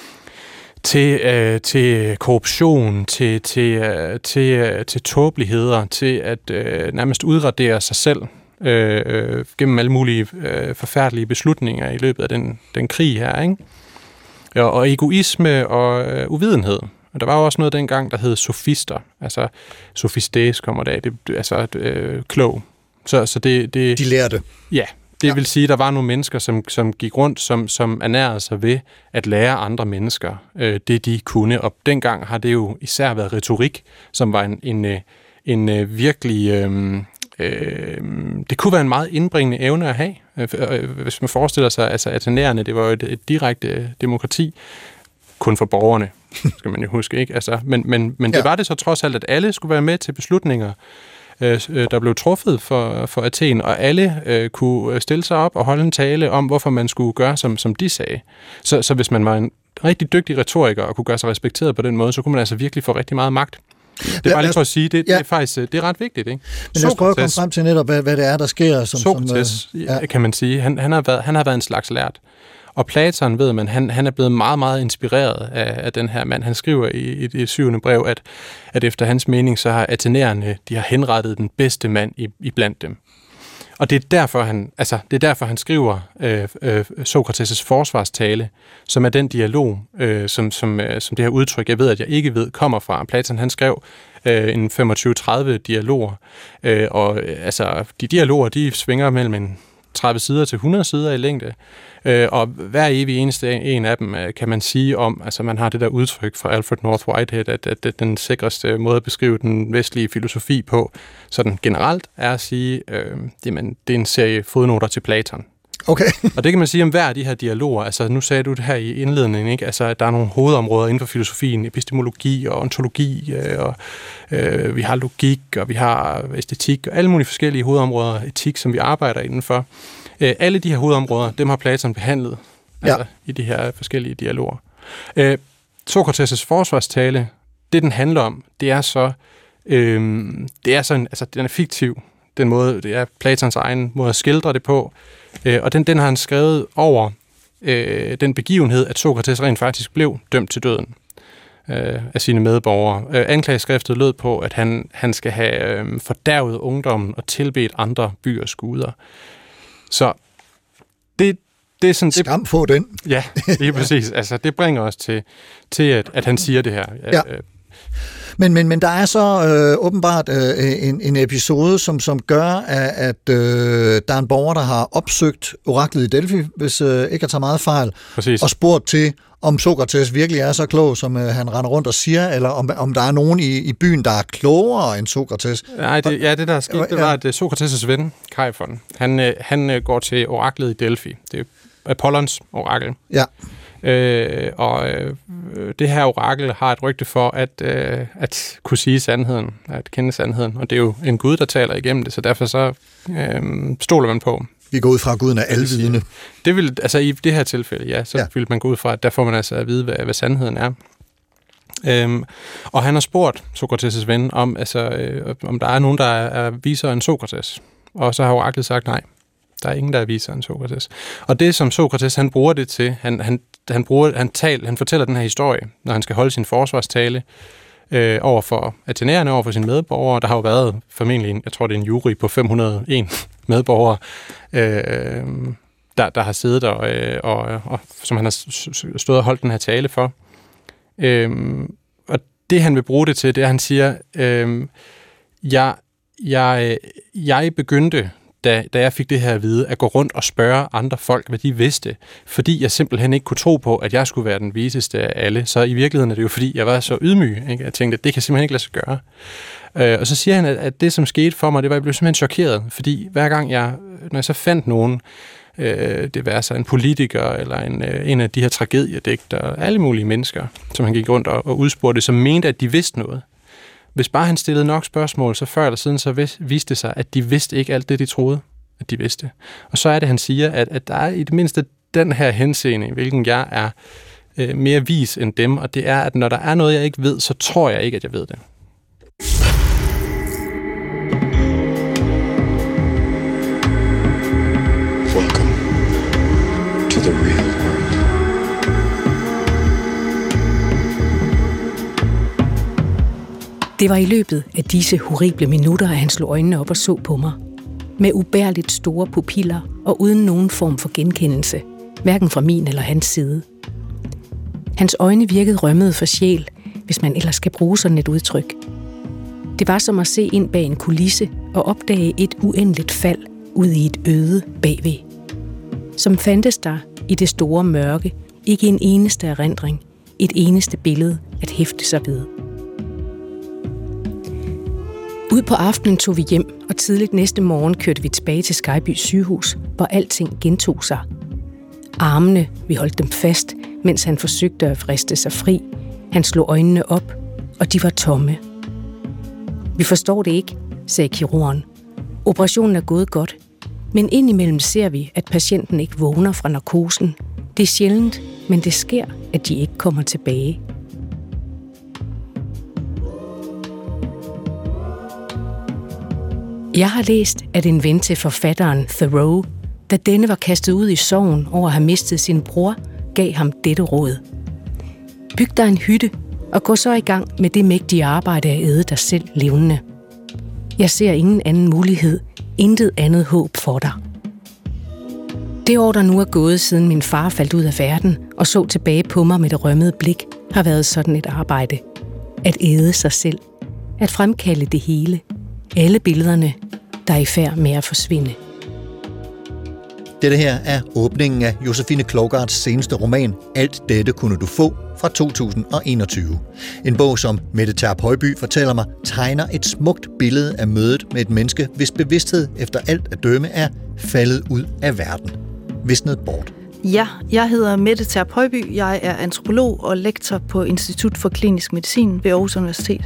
til, øh, til korruption, til, til, øh, til, øh, til tåbeligheder, til at øh, nærmest udradere sig selv øh, øh, gennem alle mulige øh, forfærdelige beslutninger i løbet af den, den krig her, ikke? Og, og egoisme og øh, uvidenhed. Og der var jo også noget dengang, der hed sofister, altså sofistes kommer det af, det, altså øh, klog. Så, så det, det, De lærte. Ja. Det ja. vil sige, at der var nogle mennesker, som, som gik rundt, som, som ernærede sig ved at lære andre mennesker øh, det, de kunne. Og dengang har det jo især været retorik, som var en, en, en, en virkelig... Øh, øh, det kunne være en meget indbringende evne at have. Øh, hvis man forestiller sig, altså athenæerne, det var jo et, et direkte demokrati, kun for borgerne, skal man jo huske, ikke? Altså, men men, men det ja. var det så trods alt, at alle skulle være med til beslutninger, der blev truffet for, for Athen, og alle øh, kunne stille sig op og holde en tale om, hvorfor man skulle gøre, som, som de sagde. Så, så hvis man var en rigtig dygtig retoriker og kunne gøre sig respekteret på den måde, så kunne man altså virkelig få rigtig meget magt. Det er bare lige for at sige, det, ja. det er faktisk det er ret vigtigt, ikke? Men lad os prøve at komme frem til netop, hvad, hvad det er, der sker. Som, Sokrates, som, øh, ja. kan man sige, han, han, har været, han har været en slags lært. Og Platon, ved man, han, han er blevet meget, meget inspireret af, af den her mand. Han skriver i, i det syvende brev, at, at efter hans mening, så har athenæerne, de har henrettet den bedste mand i, i blandt dem. Og det er derfor, han, altså, det er derfor, han skriver øh, øh, Sokrates' forsvarstale, som er den dialog, øh, som, som, øh, som det her udtryk, jeg ved, at jeg ikke ved, kommer fra. Platon, han skrev øh, en femogtyve til tredive dialoger, øh, og øh, altså, de dialoger, de svinger mellem en tredive sider til hundrede sider i længde, øh, og hver evig eneste en af dem øh, kan man sige om, altså man har det der udtryk fra Alfred North Whitehead, at, at, at den sikreste måde at beskrive den vestlige filosofi på, sådan generelt, er at sige, øh, jamen, det er en serie fodnoter til Platon. Okay. Og det kan man sige om hver af de her dialoger. Altså, nu sagde du det her i indledningen, ikke? Altså, at der er nogle hovedområder inden for filosofien, epistemologi og ontologi, øh, og øh, vi har logik, og vi har æstetik, og alle mulige forskellige hovedområder, etik, som vi arbejder indenfor. Øh, alle de her hovedområder, dem har Platon behandlet altså, ja. i de her forskellige dialoger. Øh, Sokrates' forsvarstale, det den handler om, det er så, øh, det er sådan, altså, den er fiktiv. Den måde, det er Platons egen måde at skildre det på. Øh, og den, den har han skrevet over øh, den begivenhed, at Sokrates rent faktisk blev dømt til døden øh, af sine medborgere. Øh, anklageskriftet lød på, at han, han skal have øh, fordærvet ungdommen og tilbedt andre byers guder. Så det, det er sådan... Skam på den. Ja, lige præcis. Altså, det bringer os til, til at, at han siger det her. Ja. Øh, Men, men, men der er så øh, åbenbart øh, en, en episode, som, som gør, at, at øh, der er en borger, der har opsøgt oraklet i Delphi, hvis øh, ikke jeg tager meget fejl, Præcis. og spurgt til, om Sokrates virkelig er så klog, som øh, han render rundt og siger, eller om, om der er nogen i, i byen, der er klogere end Sokrates. Nej, det, ja, det der er sket, det var, at Sokrates' ven, Kaifon, han, han går til oraklet i Delphi. Det er Apollons orakel. Ja. Øh, og øh, det her orakel har et rygte for at, øh, at kunne sige sandheden, at kende sandheden, og det er jo en gud, der taler igennem det, så derfor så øh, stoler man på. Vi går ud fra, at guden er alvidende. Det vil, altså i det her tilfælde, ja, så ja. vil man gå ud fra, at der får man altså at vide, hvad, hvad sandheden er. Øhm, og han har spurgt Sokrates' ven om, altså, øh, om der er nogen, der er, er visere end Sokrates, og så har oraklet sagt nej. Der er ingen, der er visere end Sokrates. Og det, som Sokrates, han bruger det til, han, han, han, bruger, han, tal, han fortæller den her historie, når han skal holde sin forsvarstale øh, over for athenæerne, over for sine medborgere. Der har jo været formentlig, en, jeg tror det er en jury på fem hundrede og en medborgere, øh, der, der har siddet og, øh, og, og som han har stået og holdt den her tale for. Øh, og det, han vil bruge det til, det er, at han siger, øh, jeg, jeg, jeg begyndte Da, da jeg fik det her at vide, at gå rundt og spørge andre folk, hvad de vidste, fordi jeg simpelthen ikke kunne tro på, at jeg skulle være den viseste af alle. Så i virkeligheden er det jo, fordi jeg var så ydmyg, ikke? Jeg tænkte, at det kan simpelthen ikke lade sig gøre. Øh, og så siger han, at, at det, som skete for mig, det var, at jeg blev simpelthen chokeret, fordi hver gang jeg, når jeg så fandt nogen, øh, det var så en politiker, eller en, øh, en af de her tragediedigtere, alle mulige mennesker, som han gik rundt og, og udspurgte, som mente, at de vidste noget. Hvis bare han stillede nok spørgsmål, så før eller siden, så viste det sig, at de vidste ikke alt det, de troede, at de vidste. Og så er det, han siger, at, at der er i det mindste den her henseende, hvilken jeg er øh, mere vis end dem, og det er, at når der er noget, jeg ikke ved, så tror jeg ikke, at jeg ved det. Welcome to the real world. Det var i løbet af disse horrible minutter, at han slog øjnene op og så på mig. Med ubærligt store pupiller og uden nogen form for genkendelse, hverken fra min eller hans side. Hans øjne virkede rømmede for sjæl, hvis man ellers skal bruge sådan et udtryk. Det var som at se ind bag en kulisse og opdage et uendeligt fald ud i et øde bagved. Som fandtes der i det store mørke ikke en eneste erindring, et eneste billede at hæfte sig ved. Ud på aftenen tog vi hjem, og tidligt næste morgen kørte vi tilbage til Skyby sygehus, hvor alting gentog sig. Armene, vi holdt dem fast, mens han forsøgte at vriste sig fri. Han slog øjnene op, og de var tomme. Vi forstår det ikke, sagde kirurgen. Operationen er gået godt, men indimellem ser vi, at patienten ikke vågner fra narkosen. Det er sjældent, men det sker, at de ikke kommer tilbage. Jeg har læst, at en ven til forfatteren Thoreau, da denne var kastet ud i sorgen over at have mistet sin bror, gav ham dette råd. Byg dig en hytte, og gå så i gang med det mægtige arbejde at æde dig selv levende. Jeg ser ingen anden mulighed, intet andet håb for dig. Det år, der nu er gået, siden min far faldt ud af verden og så tilbage på mig med det rømmede blik, har været sådan et arbejde. At æde sig selv. At fremkalde det hele. Alle billederne, der er i færd med at forsvinde. Dette her er åbningen af Josefine Klovgaards seneste roman Alt dette kunne du få fra to tusind og enogtyve. En bog, som Mette Terp Højby fortæller mig, tegner et smukt billede af mødet med et menneske, hvis bevidsthed efter alt at dømme er faldet ud af verden. Visnet bort. Ja, jeg hedder Mette Terp Højby. Jeg er antropolog og lektor på Institut for Klinisk Medicin ved Aarhus Universitet.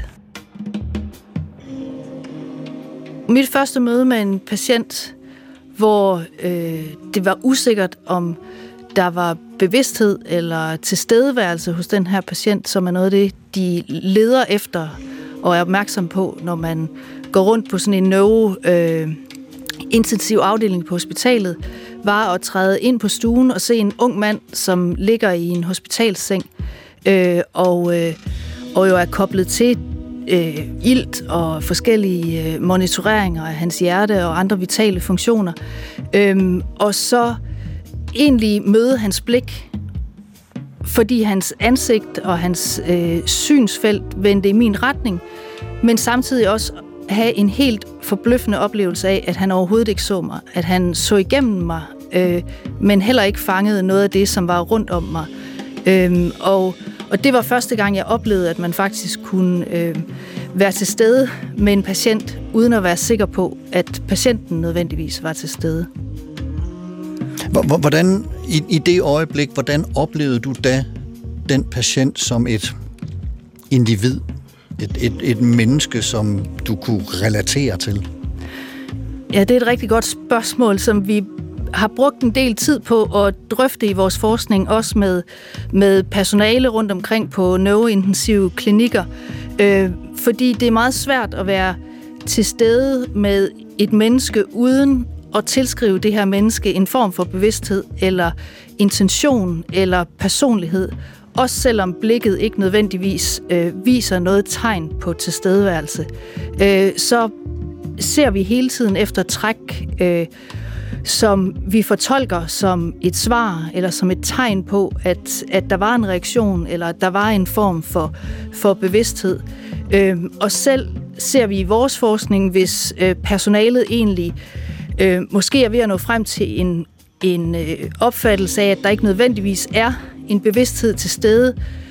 Mit første møde med en patient, hvor øh, det var usikkert, om der var bevidsthed eller tilstedeværelse hos den her patient, som er noget af det, de leder efter og er opmærksom på, når man går rundt på sådan en neuro øh, intensiv afdeling på hospitalet, var at træde ind på stuen og se en ung mand, som ligger i en hospitalsseng øh, og, øh, og jo er koblet til øh, ilt og forskellige øh, monitoreringer af hans hjerte og andre vitale funktioner. Øh, og så egentlig møde hans blik, fordi hans ansigt og hans øh, synsfelt vendte i min retning, men samtidig også have en helt forbløffende oplevelse af, at han overhovedet ikke så mig, at han så igennem mig, øh, men heller ikke fangede noget af det, som var rundt om mig. Øh, og, og det var første gang, jeg oplevede, at man faktisk kunne øh, være til stede med en patient, uden at være sikker på, at patienten nødvendigvis var til stede. Hvordan, i, i det øjeblik, hvordan oplevede du da den patient som et individ? Et, et, et menneske, som du kunne relatere til? Ja, det er et rigtig godt spørgsmål, som vi har brugt en del tid på at drøfte i vores forskning, også med, med personale rundt omkring på neurointensive klinikker. Øh, fordi det er meget svært at være til stede med et menneske uden at tilskrive det her menneske en form for bevidsthed, eller intention, eller personlighed. Også selvom blikket ikke nødvendigvis øh, viser noget tegn på tilstedeværelse, øh, så ser vi hele tiden efter træk, øh, som vi fortolker som et svar, eller som et tegn på, at, at der var en reaktion, eller at der var en form for, for bevidsthed. Øh, og selv ser vi i vores forskning, hvis øh, personalet egentlig øh, måske er ved at nå frem til en, en øh, opfattelse af, at der ikke nødvendigvis er en bevidsthed til stede,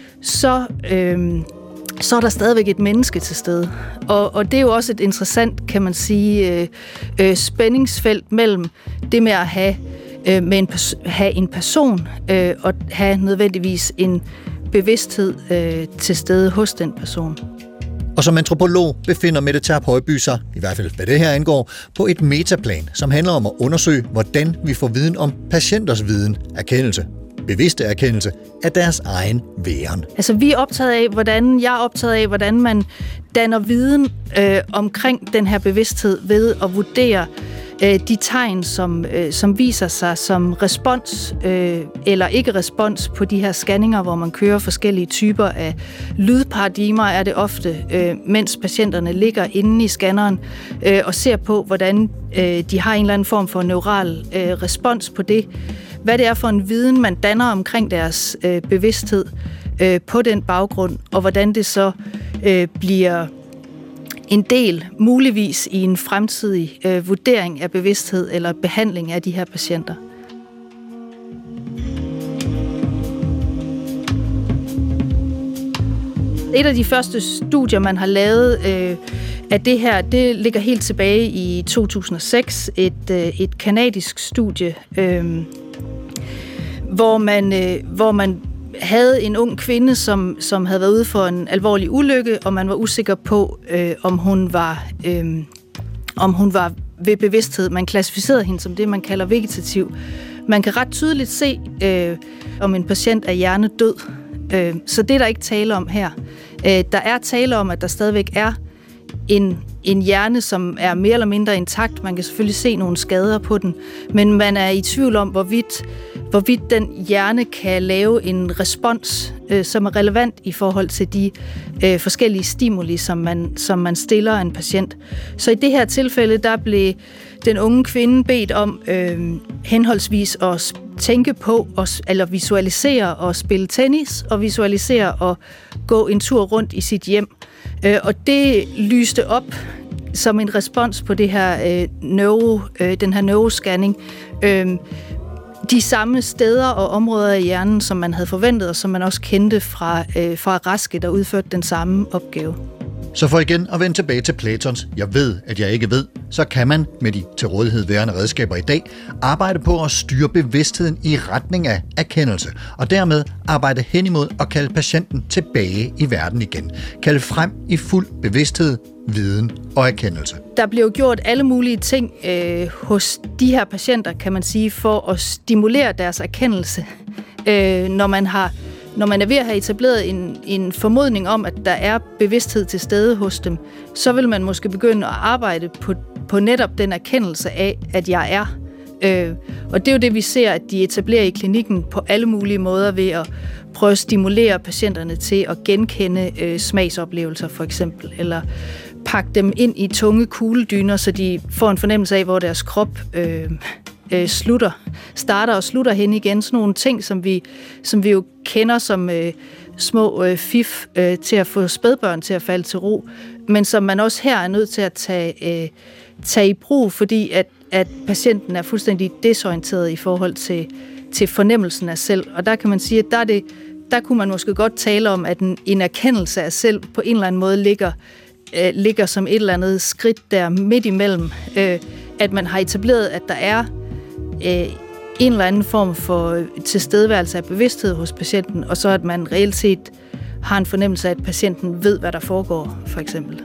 så, øh, så er der stadigvæk et menneske til stede. Og, og det er jo også et interessant, kan man sige, øh, øh, spændingsfelt mellem det med at have, øh, med en, have en person øh, og have nødvendigvis en bevidsthed øh, til stede hos den person. Og som antropolog befinder Mette Terp Højby sig, i hvert fald hvad det her angår, på et metaplan, som handler om at undersøge, hvordan vi får viden om patienters viden, erkendelse, bevidste erkendelse af deres egen væren. Altså vi er optaget af, hvordan jeg er optaget af, hvordan man danner viden øh, omkring den her bevidsthed ved at vurdere øh, de tegn, som, øh, som viser sig som respons øh, eller ikke respons på de her scanninger, hvor man kører forskellige typer af lydparadigmer, er det ofte, øh, mens patienterne ligger inde i scanneren øh, og ser på, hvordan øh, de har en eller anden form for neural øh, respons på det. Hvad det er for en viden, man danner omkring deres øh, bevidsthed øh, på den baggrund, og hvordan det så øh, bliver en del, muligvis i en fremtidig øh, vurdering af bevidsthed eller behandling af de her patienter. Et af de første studier, man har lavet øh, af det her, det ligger helt tilbage i to tusind og seks, et, øh, et kanadisk studie, øh, hvor man, øh, hvor man havde en ung kvinde, som, som havde været ude for en alvorlig ulykke, og man var usikker på, øh, om hun var øh, om hun var ved bevidsthed. Man klassificerede hende som det, man kalder vegetativ. Man kan ret tydeligt se, øh, om en patient er hjernedød. Øh, så det er der ikke tale om her. Øh, der er tale om, at der stadigvæk er en, en hjerne, som er mere eller mindre intakt. Man kan selvfølgelig se nogle skader på den, men man er i tvivl om, hvorvidt, hvorvidt den hjerne kan lave en respons, øh, som er relevant i forhold til de øh, forskellige stimuli, som man, som man stiller en patient. Så i det her tilfælde, der blev, den unge kvinde bedt om øh, henholdsvis at tænke på, og, eller visualisere og spille tennis, og visualisere og gå en tur rundt i sit hjem. Øh, og det lyste op som en respons på det her, øh, neuro, øh, den her neuroscanning. Øh, de samme steder og områder i hjernen, som man havde forventet, og som man også kendte fra, øh, fra raske, der udførte den samme opgave. Så for igen at vende tilbage til Platons "jeg ved, at jeg ikke ved", så kan man med de til rådighed værende redskaber i dag arbejde på at styre bevidstheden i retning af erkendelse, og dermed arbejde hen imod at kalde patienten tilbage i verden igen. Kalde frem i fuld bevidsthed, viden og erkendelse. Der bliver jo gjort alle mulige ting øh, hos de her patienter, kan man sige, for at stimulere deres erkendelse. Øh, når man har Når man er ved at have etableret en, en formodning om, at der er bevidsthed til stede hos dem, så vil man måske begynde at arbejde på, på netop den erkendelse af, at jeg er. Øh, og det er jo det, vi ser, at de etablerer i klinikken på alle mulige måder ved at prøve at stimulere patienterne til at genkende øh, smagsoplevelser for eksempel, eller pakke dem ind i tunge kugledyner, så de får en fornemmelse af, hvor deres krop øh, øh, slutter, starter og slutter hen igen. Sådan nogle ting, som vi, som vi jo kender som øh, små øh, fif øh, til at få spædbørn til at falde til ro, men som man også her er nødt til at tage, øh, tage i brug, fordi at, at patienten er fuldstændig desorienteret i forhold til, til fornemmelsen af selv. Og der kan man sige, at der, er det, der kunne man måske godt tale om, at en, en erkendelse af selv på en eller anden måde ligger, øh, ligger som et eller andet skridt der midt imellem, øh, at man har etableret, at der er øh, en eller anden form for tilstedeværelse af bevidsthed hos patienten, og så at man reelt set har en fornemmelse af, at patienten ved, hvad der foregår, for eksempel.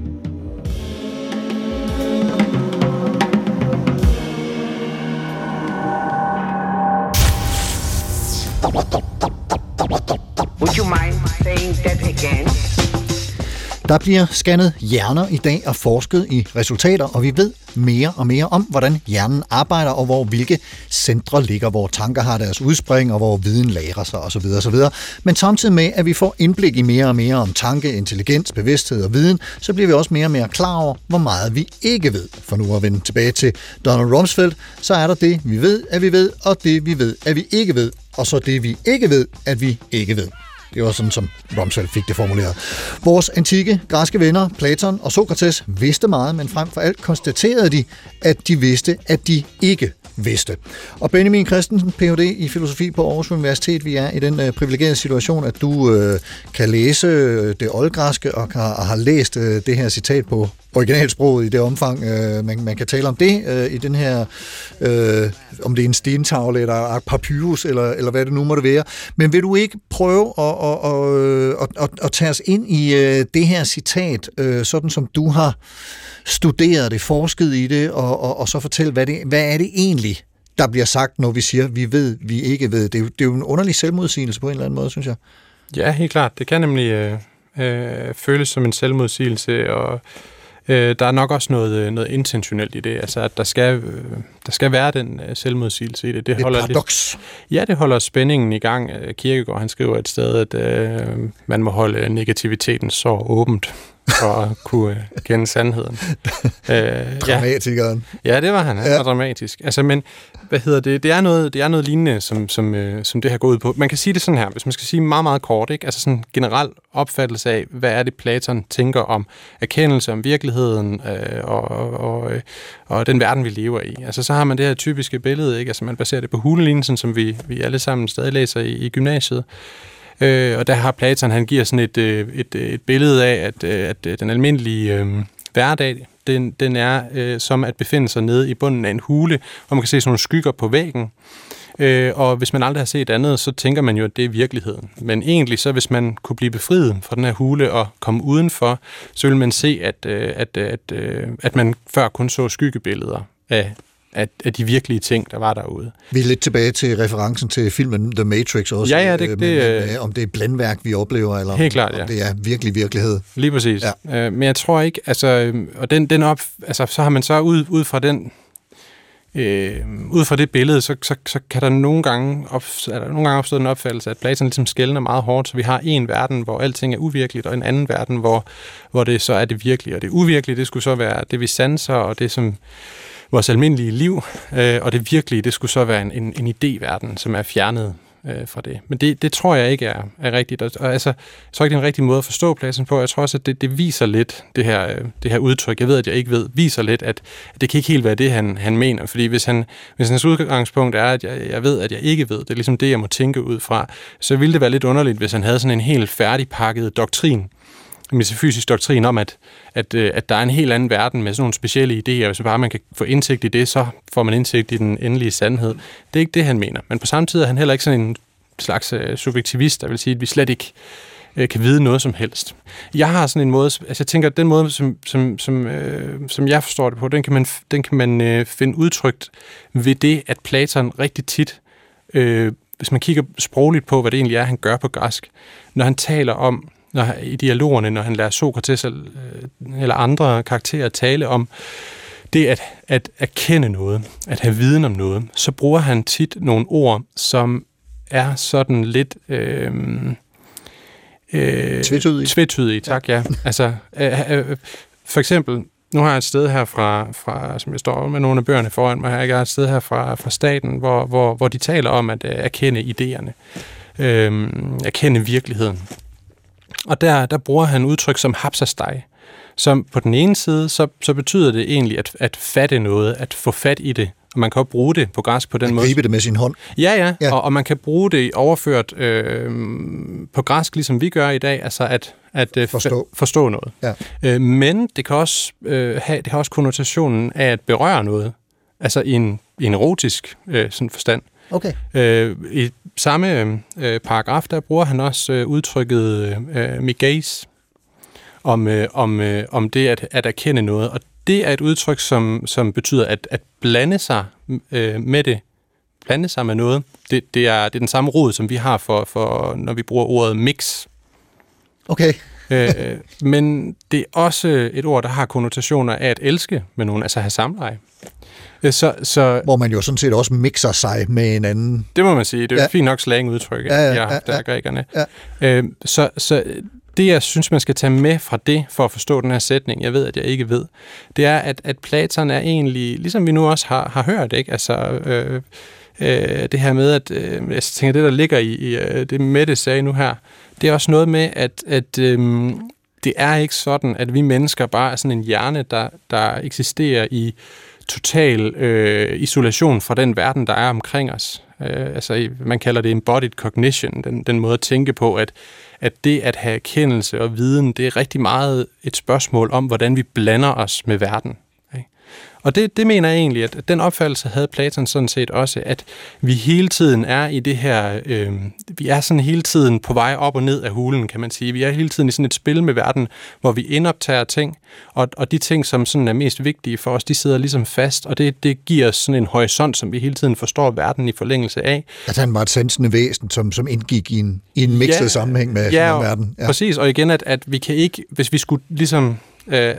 Would you mind saying that again? Der bliver scannet hjerner i dag og forsket i resultater, og vi ved mere og mere om, hvordan hjernen arbejder, og hvor hvilke centre ligger, hvor tanker har deres udspring, og hvor viden lagrer sig osv. osv. Men samtidig med, at vi får indblik i mere og mere om tanke, intelligens, bevidsthed og viden, så bliver vi også mere og mere klar over, hvor meget vi ikke ved. For nu at vende tilbage til Donald Rumsfeld, så er der det, vi ved, at vi ved, og det, vi ved, at vi ikke ved, og så det, vi ikke ved, at vi ikke ved. Det var sådan, som Rumsfeld fik det formuleret. Vores antikke græske venner, Platon og Sokrates, vidste meget, men frem for alt konstaterede de, at de vidste, at de ikke vidste. Og Benjamin Christensen, P H D i filosofi på Aarhus Universitet, vi er i den øh, privilegerede situation, at du øh, kan læse øh, det oldgræske og har, og har læst øh, det her citat på originalsproget i det omfang, øh, man, man kan tale om det øh, i den her, øh, om det er en stentavle eller papyrus, eller, eller hvad det nu måtte være. Men vil du ikke prøve at, at, at, at, at, at tage os ind i øh, det her citat, øh, sådan som du har studeret det, forsket i det, og, og, og så fortælle, hvad, det, hvad er det egentlig, der bliver sagt, når vi siger, vi ved, vi ikke ved. Det er jo, det er jo en underlig selvmodsigelse på en eller anden måde, synes jeg. Ja, helt klart. Det kan nemlig øh, øh, føles som en selvmodsigelse, og øh, der er nok også noget, noget intentionelt i det. Altså, at der skal, øh, der skal være den øh, selvmodsigelse i det. Det, det holder paradoks. Lidt, ja, det holder spændingen i gang. Kierkegaard, han skriver et sted, at øh, man må holde negativiteten så åbent for at kunne øh, kende sandheden. øh, Dramatikeren. Ja. ja, det var han. Han ja. var dramatisk. Altså, men hvad hedder det? Det er noget, det er noget lignende, som, som, øh, som det her går ud på. Man kan sige det sådan her, hvis man skal sige meget, meget kort, ikke? Altså sådan en generel opfattelse af, hvad er det, Platon tænker om erkendelse, om virkeligheden øh, og, og, øh, og den verden, vi lever i. Altså, så har man det her typiske billede, ikke? Altså, man baserer det på hulelignelsen, som vi, vi alle sammen stadig læser i, i gymnasiet. Øh, og der har Platon, han giver sådan et, et, et billede af, at, at den almindelige øh, hverdag, den, den er øh, som at befinde sig nede i bunden af en hule, hvor man kan se sådan nogle skygger på væggen. Øh, og hvis man aldrig har set andet, så tænker man jo, at det er virkeligheden. Men egentlig, så hvis man kunne blive befriet fra den her hule og komme udenfor, så vil man se, at, at, at, at man før kun så skyggebilleder af Af, af de virkelige ting, der var derude. Vi er lidt tilbage til referencen til filmen The Matrix også. Ja, ja, det, men, det, men, om det er blændværk, vi oplever, eller helt klart, ja. om det er virkelig virkelighed. Lige præcis. Ja. Øh, men jeg tror ikke, altså, og den, den op, altså, så har man så ud, ud fra den, øh, ud fra det billede, så, så, så kan der nogle gange, op, er der nogle gange opstå en opfattelse, at Platon ligesom skelner meget hårdt, så vi har en verden, hvor alting er uvirkeligt, og en anden verden, hvor, hvor det så er det virkelige. Og det uvirkelige, det skulle så være det, vi sanser, og det, som vores almindelige liv, øh, og det virkelige, det skulle så være en, en, en idéverden, som er fjernet øh, fra det. Men det, det tror jeg ikke er, er rigtigt. Og, og altså, jeg tror ikke, det er en rigtig måde at forstå Platon på. Jeg tror også, at det, det viser lidt, det her, det her udtryk, jeg ved, at jeg ikke ved, viser lidt, at, at det kan ikke helt være det, han, han mener. Fordi hvis, han, hvis hans udgangspunkt er, at jeg, jeg ved, at jeg ikke ved, det er ligesom det, jeg må tænke ud fra, så ville det være lidt underligt, hvis han havde sådan en helt færdigpakket doktrin, en metafysisk doktrin om, at, at, at der er en helt anden verden med sådan nogle specielle idéer. Hvis bare man kan få indsigt i det, så får man indsigt i den endelige sandhed. Det er ikke det, han mener. Men på samme tid er han heller ikke sådan en slags uh, subjektivist, der vil sige, at vi slet ikke uh, kan vide noget som helst. Jeg har sådan en måde, altså jeg tænker, at den måde, som, som, som, uh, som jeg forstår det på, den kan man, den kan man uh, finde udtrykt ved det, at Platon rigtig tit, uh, hvis man kigger sprogligt på, hvad det egentlig er, han gør på græsk, når han taler om, når, i dialogerne, når han lærer Sokrates eller, eller andre karakterer tale om det at, at erkende noget, at have viden om noget, så bruger han tit nogle ord, som er sådan lidt øh, øh, tvetydige. Tvetydige, tak, ja. ja. Altså, øh, øh, for eksempel, nu har jeg et sted her fra, fra som jeg står med nogle af bøgerne foran mig, jeg har et sted her fra, fra staten, hvor, hvor, hvor de taler om at øh, erkende idéerne, øh, erkende virkeligheden. Og der, der bruger han udtryk som hapsastai, som på den ene side, så, så betyder det egentlig at, at fatte noget, at få fat i det. Og man kan også bruge det på græsk på den at måde. At gribe det med sin hånd. Ja, ja, ja. Og, og man kan bruge det overført øh, på græsk, ligesom vi gør i dag, altså at, at øh, forstå. F- forstå noget. Ja. Øh, men det kan, også, øh, have, det har også konnotationen af at berøre noget, altså i en, i en erotisk øh, sådan forstand. Okay. Øh, I samme øh, paragraf, der bruger han også øh, udtrykket øh, migas, om, øh, om, øh, om det at, at erkende noget. Og det er et udtryk, som, som betyder at, at blande sig øh, med det, blande sig med noget. Det, det, er, det er den samme rod, som vi har, for, for, når vi bruger ordet mix. Okay. øh, men det er også et ord, der har konnotationer af at elske med nogen, altså have samleje. Så, så, hvor man jo sådan set også mixer sig med en anden. Det må man sige. Det er ja. jo fint nok slangudtryk, ja, ja, ja, der er grækerne. Ja. Øh, så, så det, jeg synes, man skal tage med fra det, for at forstå den her sætning, jeg ved, at jeg ikke ved, det er, at, at Platon er egentlig, ligesom vi nu også har, har hørt, ikke? Altså, øh, øh, det her med, at øh, jeg tænker, det, der ligger i, i øh, det Mette sagde nu her, det er også noget med, at, at øh, det er ikke sådan, at vi mennesker bare er sådan en hjerne, der, der eksisterer i total øh, isolation fra den verden, der er omkring os. Øh, altså, man kalder det embodied cognition, den, den måde at tænke på, at, at det at have kendelse og viden, det er rigtig meget et spørgsmål om, hvordan vi blander os med verden. Ikke? Og det, det mener jeg egentlig, at den opfattelse havde Platon sådan set også, at vi hele tiden er i det her, øh, vi er sådan hele tiden på vej op og ned af hulen, kan man sige. Vi er hele tiden i sådan et spil med verden, hvor vi indoptager ting, og, og de ting, som sådan er mest vigtige for os, de sidder ligesom fast, og det, det giver os sådan en horisont, som vi hele tiden forstår verden i forlængelse af. At han var et sansende væsen, som, som indgik i en, i en mixet ja, sammenhæng med ja, og, verden. Ja, præcis. Og igen, at, at vi kan ikke, hvis vi skulle ligesom Øh,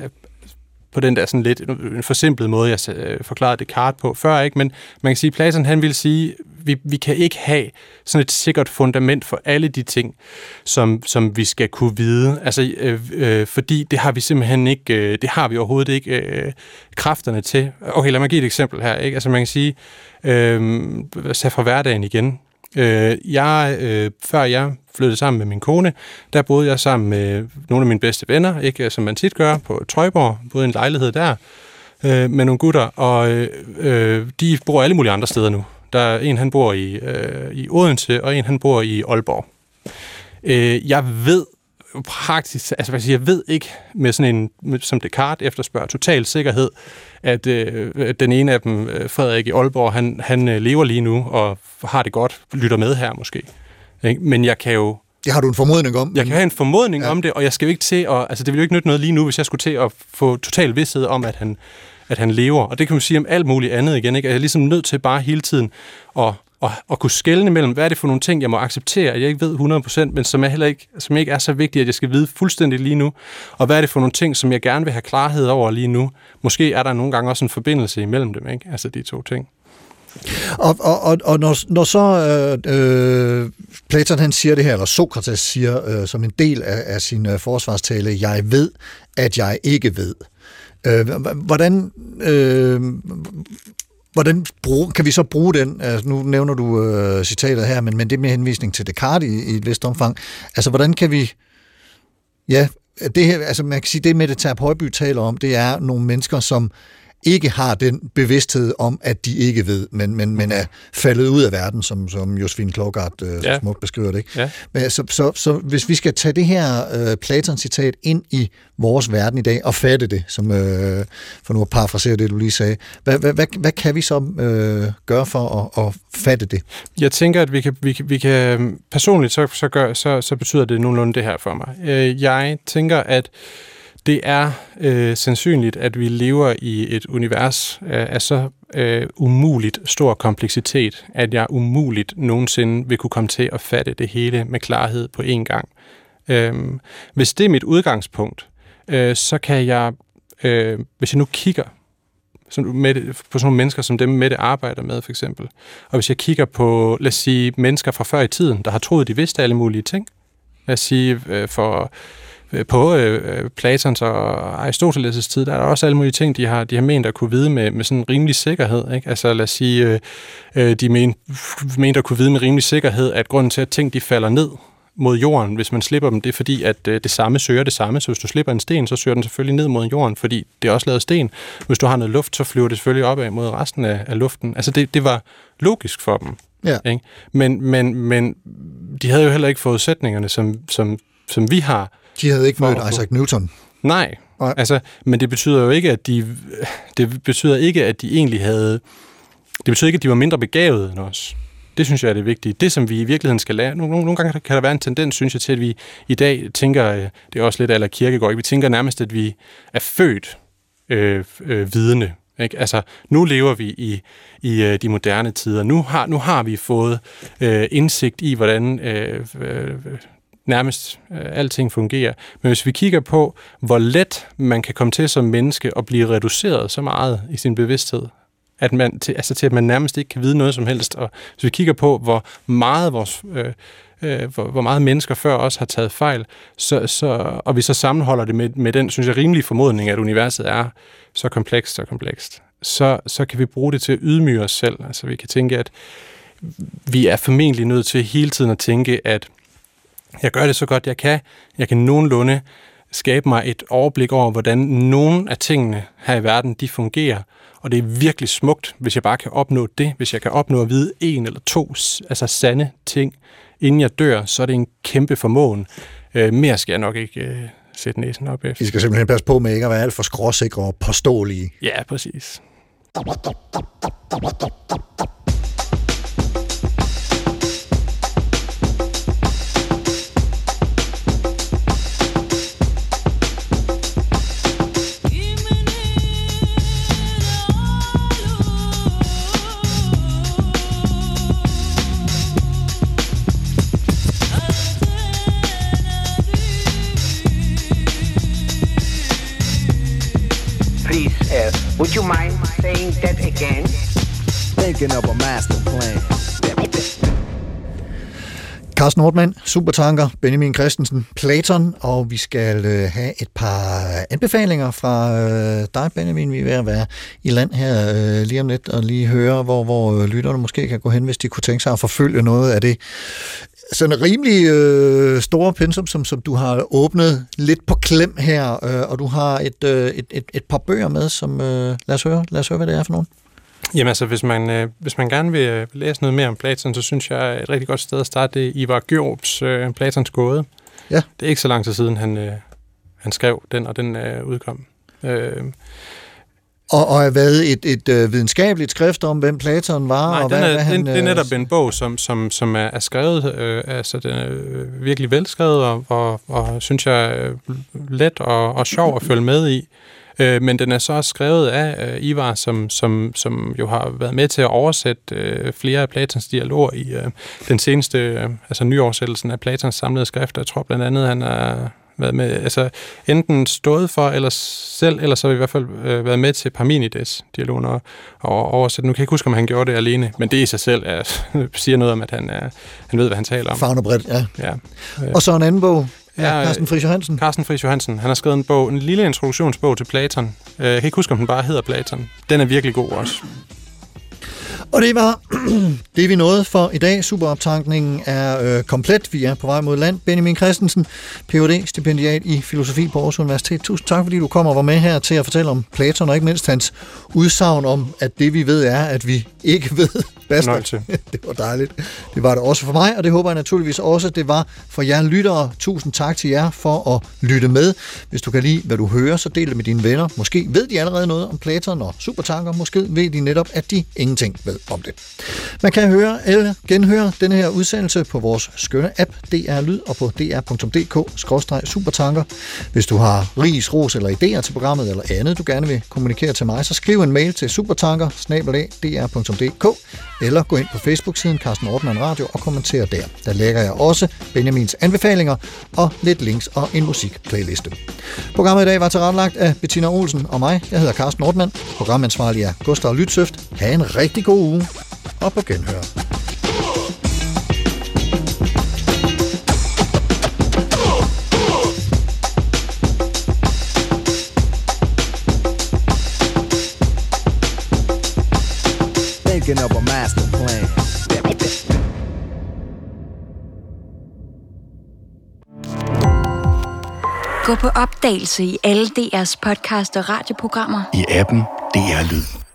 på den der sådan lidt en forsimplet måde, jeg øh, forklarede Descartes på før, ikke? Men man kan sige, Platon han vil sige, vi, vi kan ikke have sådan et sikkert fundament for alle de ting, som, som vi skal kunne vide. Altså, øh, øh, fordi det har vi simpelthen ikke, øh, det har vi overhovedet ikke øh, kræfterne til. Okay, lad mig give et eksempel her, ikke? Altså, man kan sige, øh, sag fra hverdagen igen. Øh, jeg, øh, før jeg flyttede sammen med min kone, der boede jeg sammen med nogle af mine bedste venner, ikke, som man tit gør, på Trøjborg, boede i en lejlighed der, øh, med nogle gutter, og øh, de bor alle mulige andre steder nu. Der er en, han bor i, øh, i Odense, og en, han bor i Aalborg. Øh, jeg ved praktisk, altså hvad siger, jeg ved ikke med sådan en, med, som Descartes efterspørger, total sikkerhed, at øh, den ene af dem, Frederik i Aalborg, han, han øh, lever lige nu, og har det godt, lytter med her måske. Ikke? Men jeg kan jo... Det har du en formodning om. Jeg kan have en formodning ja. om det, og jeg skal jo ikke til at... Altså, det vil jo ikke nytte noget lige nu, hvis jeg skulle til at få total vidsthed om, at han, at han lever. Og det kan man sige om alt muligt andet igen, ikke? Jeg er ligesom nødt til bare hele tiden at, at, at kunne skelne mellem, hvad er det for nogle ting, jeg må acceptere, at jeg ikke ved hundrede procent, men som, er heller ikke, som ikke er så vigtigt, at jeg skal vide fuldstændig lige nu. Og hvad er det for nogle ting, som jeg gerne vil have klarhed over lige nu? Måske er der nogle gange også en forbindelse imellem dem, ikke? Altså de to ting. Og, og, og, og når, når så øh, Platon han siger det her, eller Sokrates siger øh, som en del af, af sin øh, forsvarstale, jeg ved, at jeg ikke ved. Øh, hvordan... Øh, Hvordan brug, kan vi så bruge den? Altså, nu nævner du øh, citatet her, men, men det med henvisning til Descartes i, i et vist omfang. Altså, hvordan kan vi... Ja, det her, altså man kan sige, det Mette Terp Højby taler om, det er nogle mennesker, som ikke har den bevidsthed om, at de ikke ved, men, men, men er faldet ud af verden, som, som Josefine Klougart øh, ja. smukt beskriver det. Ikke? Ja. Men, så, så, så hvis vi skal tage det her øh, Platon-citat ind i vores verden i dag og fatte det, som øh, for nu at parafrasere det, du lige sagde, hvad, hvad, hvad, hvad kan vi så øh, gøre for at, at fatte det? Jeg tænker, at vi kan, vi kan, vi kan personligt, så, så, gør, så, så betyder det nogenlunde det her for mig. Jeg tænker, at det er øh, sandsynligt, at vi lever i et univers øh, af så øh, umuligt stor kompleksitet, at jeg umuligt nogensinde vil kunne komme til at fatte det hele med klarhed på én gang. Øh, hvis det er mit udgangspunkt, øh, så kan jeg, øh, hvis jeg nu kigger med det, på sådan nogle mennesker, som dem Mette arbejder med, for eksempel, og hvis jeg kigger på, lad os sige, mennesker fra før i tiden, der har troet, de vidste alle mulige ting, lad os sige, øh, for... På øh, Platons og Aristoteles' tid, der er der også alle mulige ting, de har, de har ment at kunne vide med, med sådan en rimelig sikkerhed. Ikke? Altså lad os sige, øh, de mente men at kunne vide med rimelig sikkerhed, at grunden til, at ting de falder ned mod jorden, hvis man slipper dem, det er fordi, at øh, det samme søger det samme. Så hvis du slipper en sten, så søger den selvfølgelig ned mod jorden, fordi det er også lavet sten. Hvis du har noget luft, så flyver det selvfølgelig opad mod resten af, af luften. Altså det, det var logisk for dem. Ja. Ikke? Men, men, men de havde jo heller ikke forudsætningerne, som, som, som vi har. De havde ikke mødt Isaac Newton. Nej, Nej, altså, men det betyder jo ikke, at de, det betyder ikke, at de egentlig havde, det betyder ikke, at de var mindre begavede end os. Det synes jeg er det vigtige. Det, som vi i virkeligheden skal lære. Nogle, nogle gange kan der være en tendens, synes jeg, til, at vi i dag tænker, det er også lidt eller Kierkegaard, vi tænker nærmest, at vi er født øh, øh, vidende. Ikke? Altså, nu lever vi i, i øh, de moderne tider. Nu har, nu har vi fået øh, indsigt i, hvordan øh, øh, nærmest øh, alting fungerer. Men hvis vi kigger på, hvor let man kan komme til som menneske at blive reduceret så meget i sin bevidsthed, at man, til, altså til at man nærmest ikke kan vide noget som helst. Og hvis vi kigger på, hvor meget vores, øh, øh, hvor, hvor meget mennesker før os har taget fejl, så, så, og vi så sammenholder det med, med den, synes jeg, rimelige formodning, at universet er så komplekst og komplekst, så, så kan vi bruge det til at ydmyge os selv. Altså vi kan tænke, at vi er formentlig nødt til hele tiden at tænke, at jeg gør det så godt jeg kan. Jeg kan nogenlunde skabe mig et overblik over, hvordan nogle af tingene her i verden, de fungerer. Og det er virkelig smukt, hvis jeg bare kan opnå det. Hvis jeg kan opnå at vide en eller to altså sande ting, inden jeg dør, så er det en kæmpe formåen. Øh, mere skal jeg nok ikke øh, sætte næsen op efter. I skal simpelthen passe på med ikke at være alt for skråsikre og påståelige. Ja, præcis. Would you mind saying that again? Thinking of a master plan. Carsten Ortmann, Supertanker, Benjamin Christensen, Platon, og vi skal øh, have et par anbefalinger fra øh, dig, Benjamin. Vi er ved at være i land her øh, lige om lidt, og lige høre, hvor, hvor lytterne måske kan gå hen, hvis de kunne tænke sig at forfølge noget af det. Sådan en rimelig øh, store pensum, som, som du har åbnet lidt på klem her, øh, og du har et, øh, et, et, et par bøger med, som øh, lad os høre, lad os høre, hvad det er for nogen. Jamen altså, hvis man, øh, hvis man gerne vil øh, læse noget mere om Platon, så synes jeg, et rigtig godt sted at starte, det er Ivar Gjørups øh, Platons gåde. Ja. Det er ikke så lang tid siden, han, øh, han skrev den, og den øh, udkom. Øh, Og, og er været et, et øh, videnskabeligt skrift om, hvem Platon var? Nej, og hvad, hvad, er, hvad han, det, det er netop en bog, som, som, som er, er skrevet, øh, altså den er øh, virkelig velskrevet, og, og, og synes jeg øh, let og, og sjov at følge med i. Øh, men den er så også skrevet af øh, Ivar, som, som, som jo har været med til at oversætte øh, flere af Platons dialoger i øh, den seneste, øh, altså nyoversættelsen af Platons samlede skrifter. Jeg tror blandt andet, han er været med, altså enten stået for, eller selv, eller så har vi i hvert fald øh, været med til Parmenides-dialogen og, og oversætte. Nu kan jeg ikke huske, om han gjorde det alene, men det i sig selv er, siger noget om, at han, er, han ved, hvad han taler om. Favner bredt, ja. ja. Og så en anden bog. Ja, Carsten Friis Johansen. Carsten Friis Johansen. Han har skrevet en bog, en lille introduktionsbog til Platon. Jeg kan ikke huske, om den bare hedder Platon. Den er virkelig god også. Og det var det, vi nåede for i dag. Superoptankningen er øh, komplet. Vi er på vej mod land. Benjamin Christensen, P H D-stipendiat i filosofi på Aarhus Universitet. Tusind tak, fordi du kommer og var med her til at fortælle om Platon, og ikke mindst hans udsagn om, at det vi ved er, at vi ikke ved. Det var dejligt. Det var det også for mig, og det håber jeg naturligvis også, det var for jer lyttere. Tusind tak til jer for at lytte med. Hvis du kan lide, hvad du hører, så del det med dine venner. Måske ved de allerede noget om Platon og supertanker. Måske ved de netop, at de ingenting ved om det. Man kan høre eller genhøre denne her udsendelse på vores skønne app D R Lyd og på d r punktum d k skråstreg supertanker. Hvis du har ris, ros eller idéer til programmet eller andet, du gerne vil kommunikere til mig, så skriv en mail til supertanker snabel-a d r punktum d k eller gå ind på Facebook-siden Carsten Ortmann Radio og kommenter der. Der lægger jeg også Benjamins anbefalinger og lidt links og en musikplayliste. Programmet i dag var tilrettelagt af Bettina Olsen og mig. Jeg hedder Carsten Ortmann. Programansvarlig er Gustav Lytsøft. Ha' en rigtig god uge og på genhør. Thinking of a master plan. Gå på opdagelse i alle D R's podcast og radioprogrammer. I appen D R Lyd.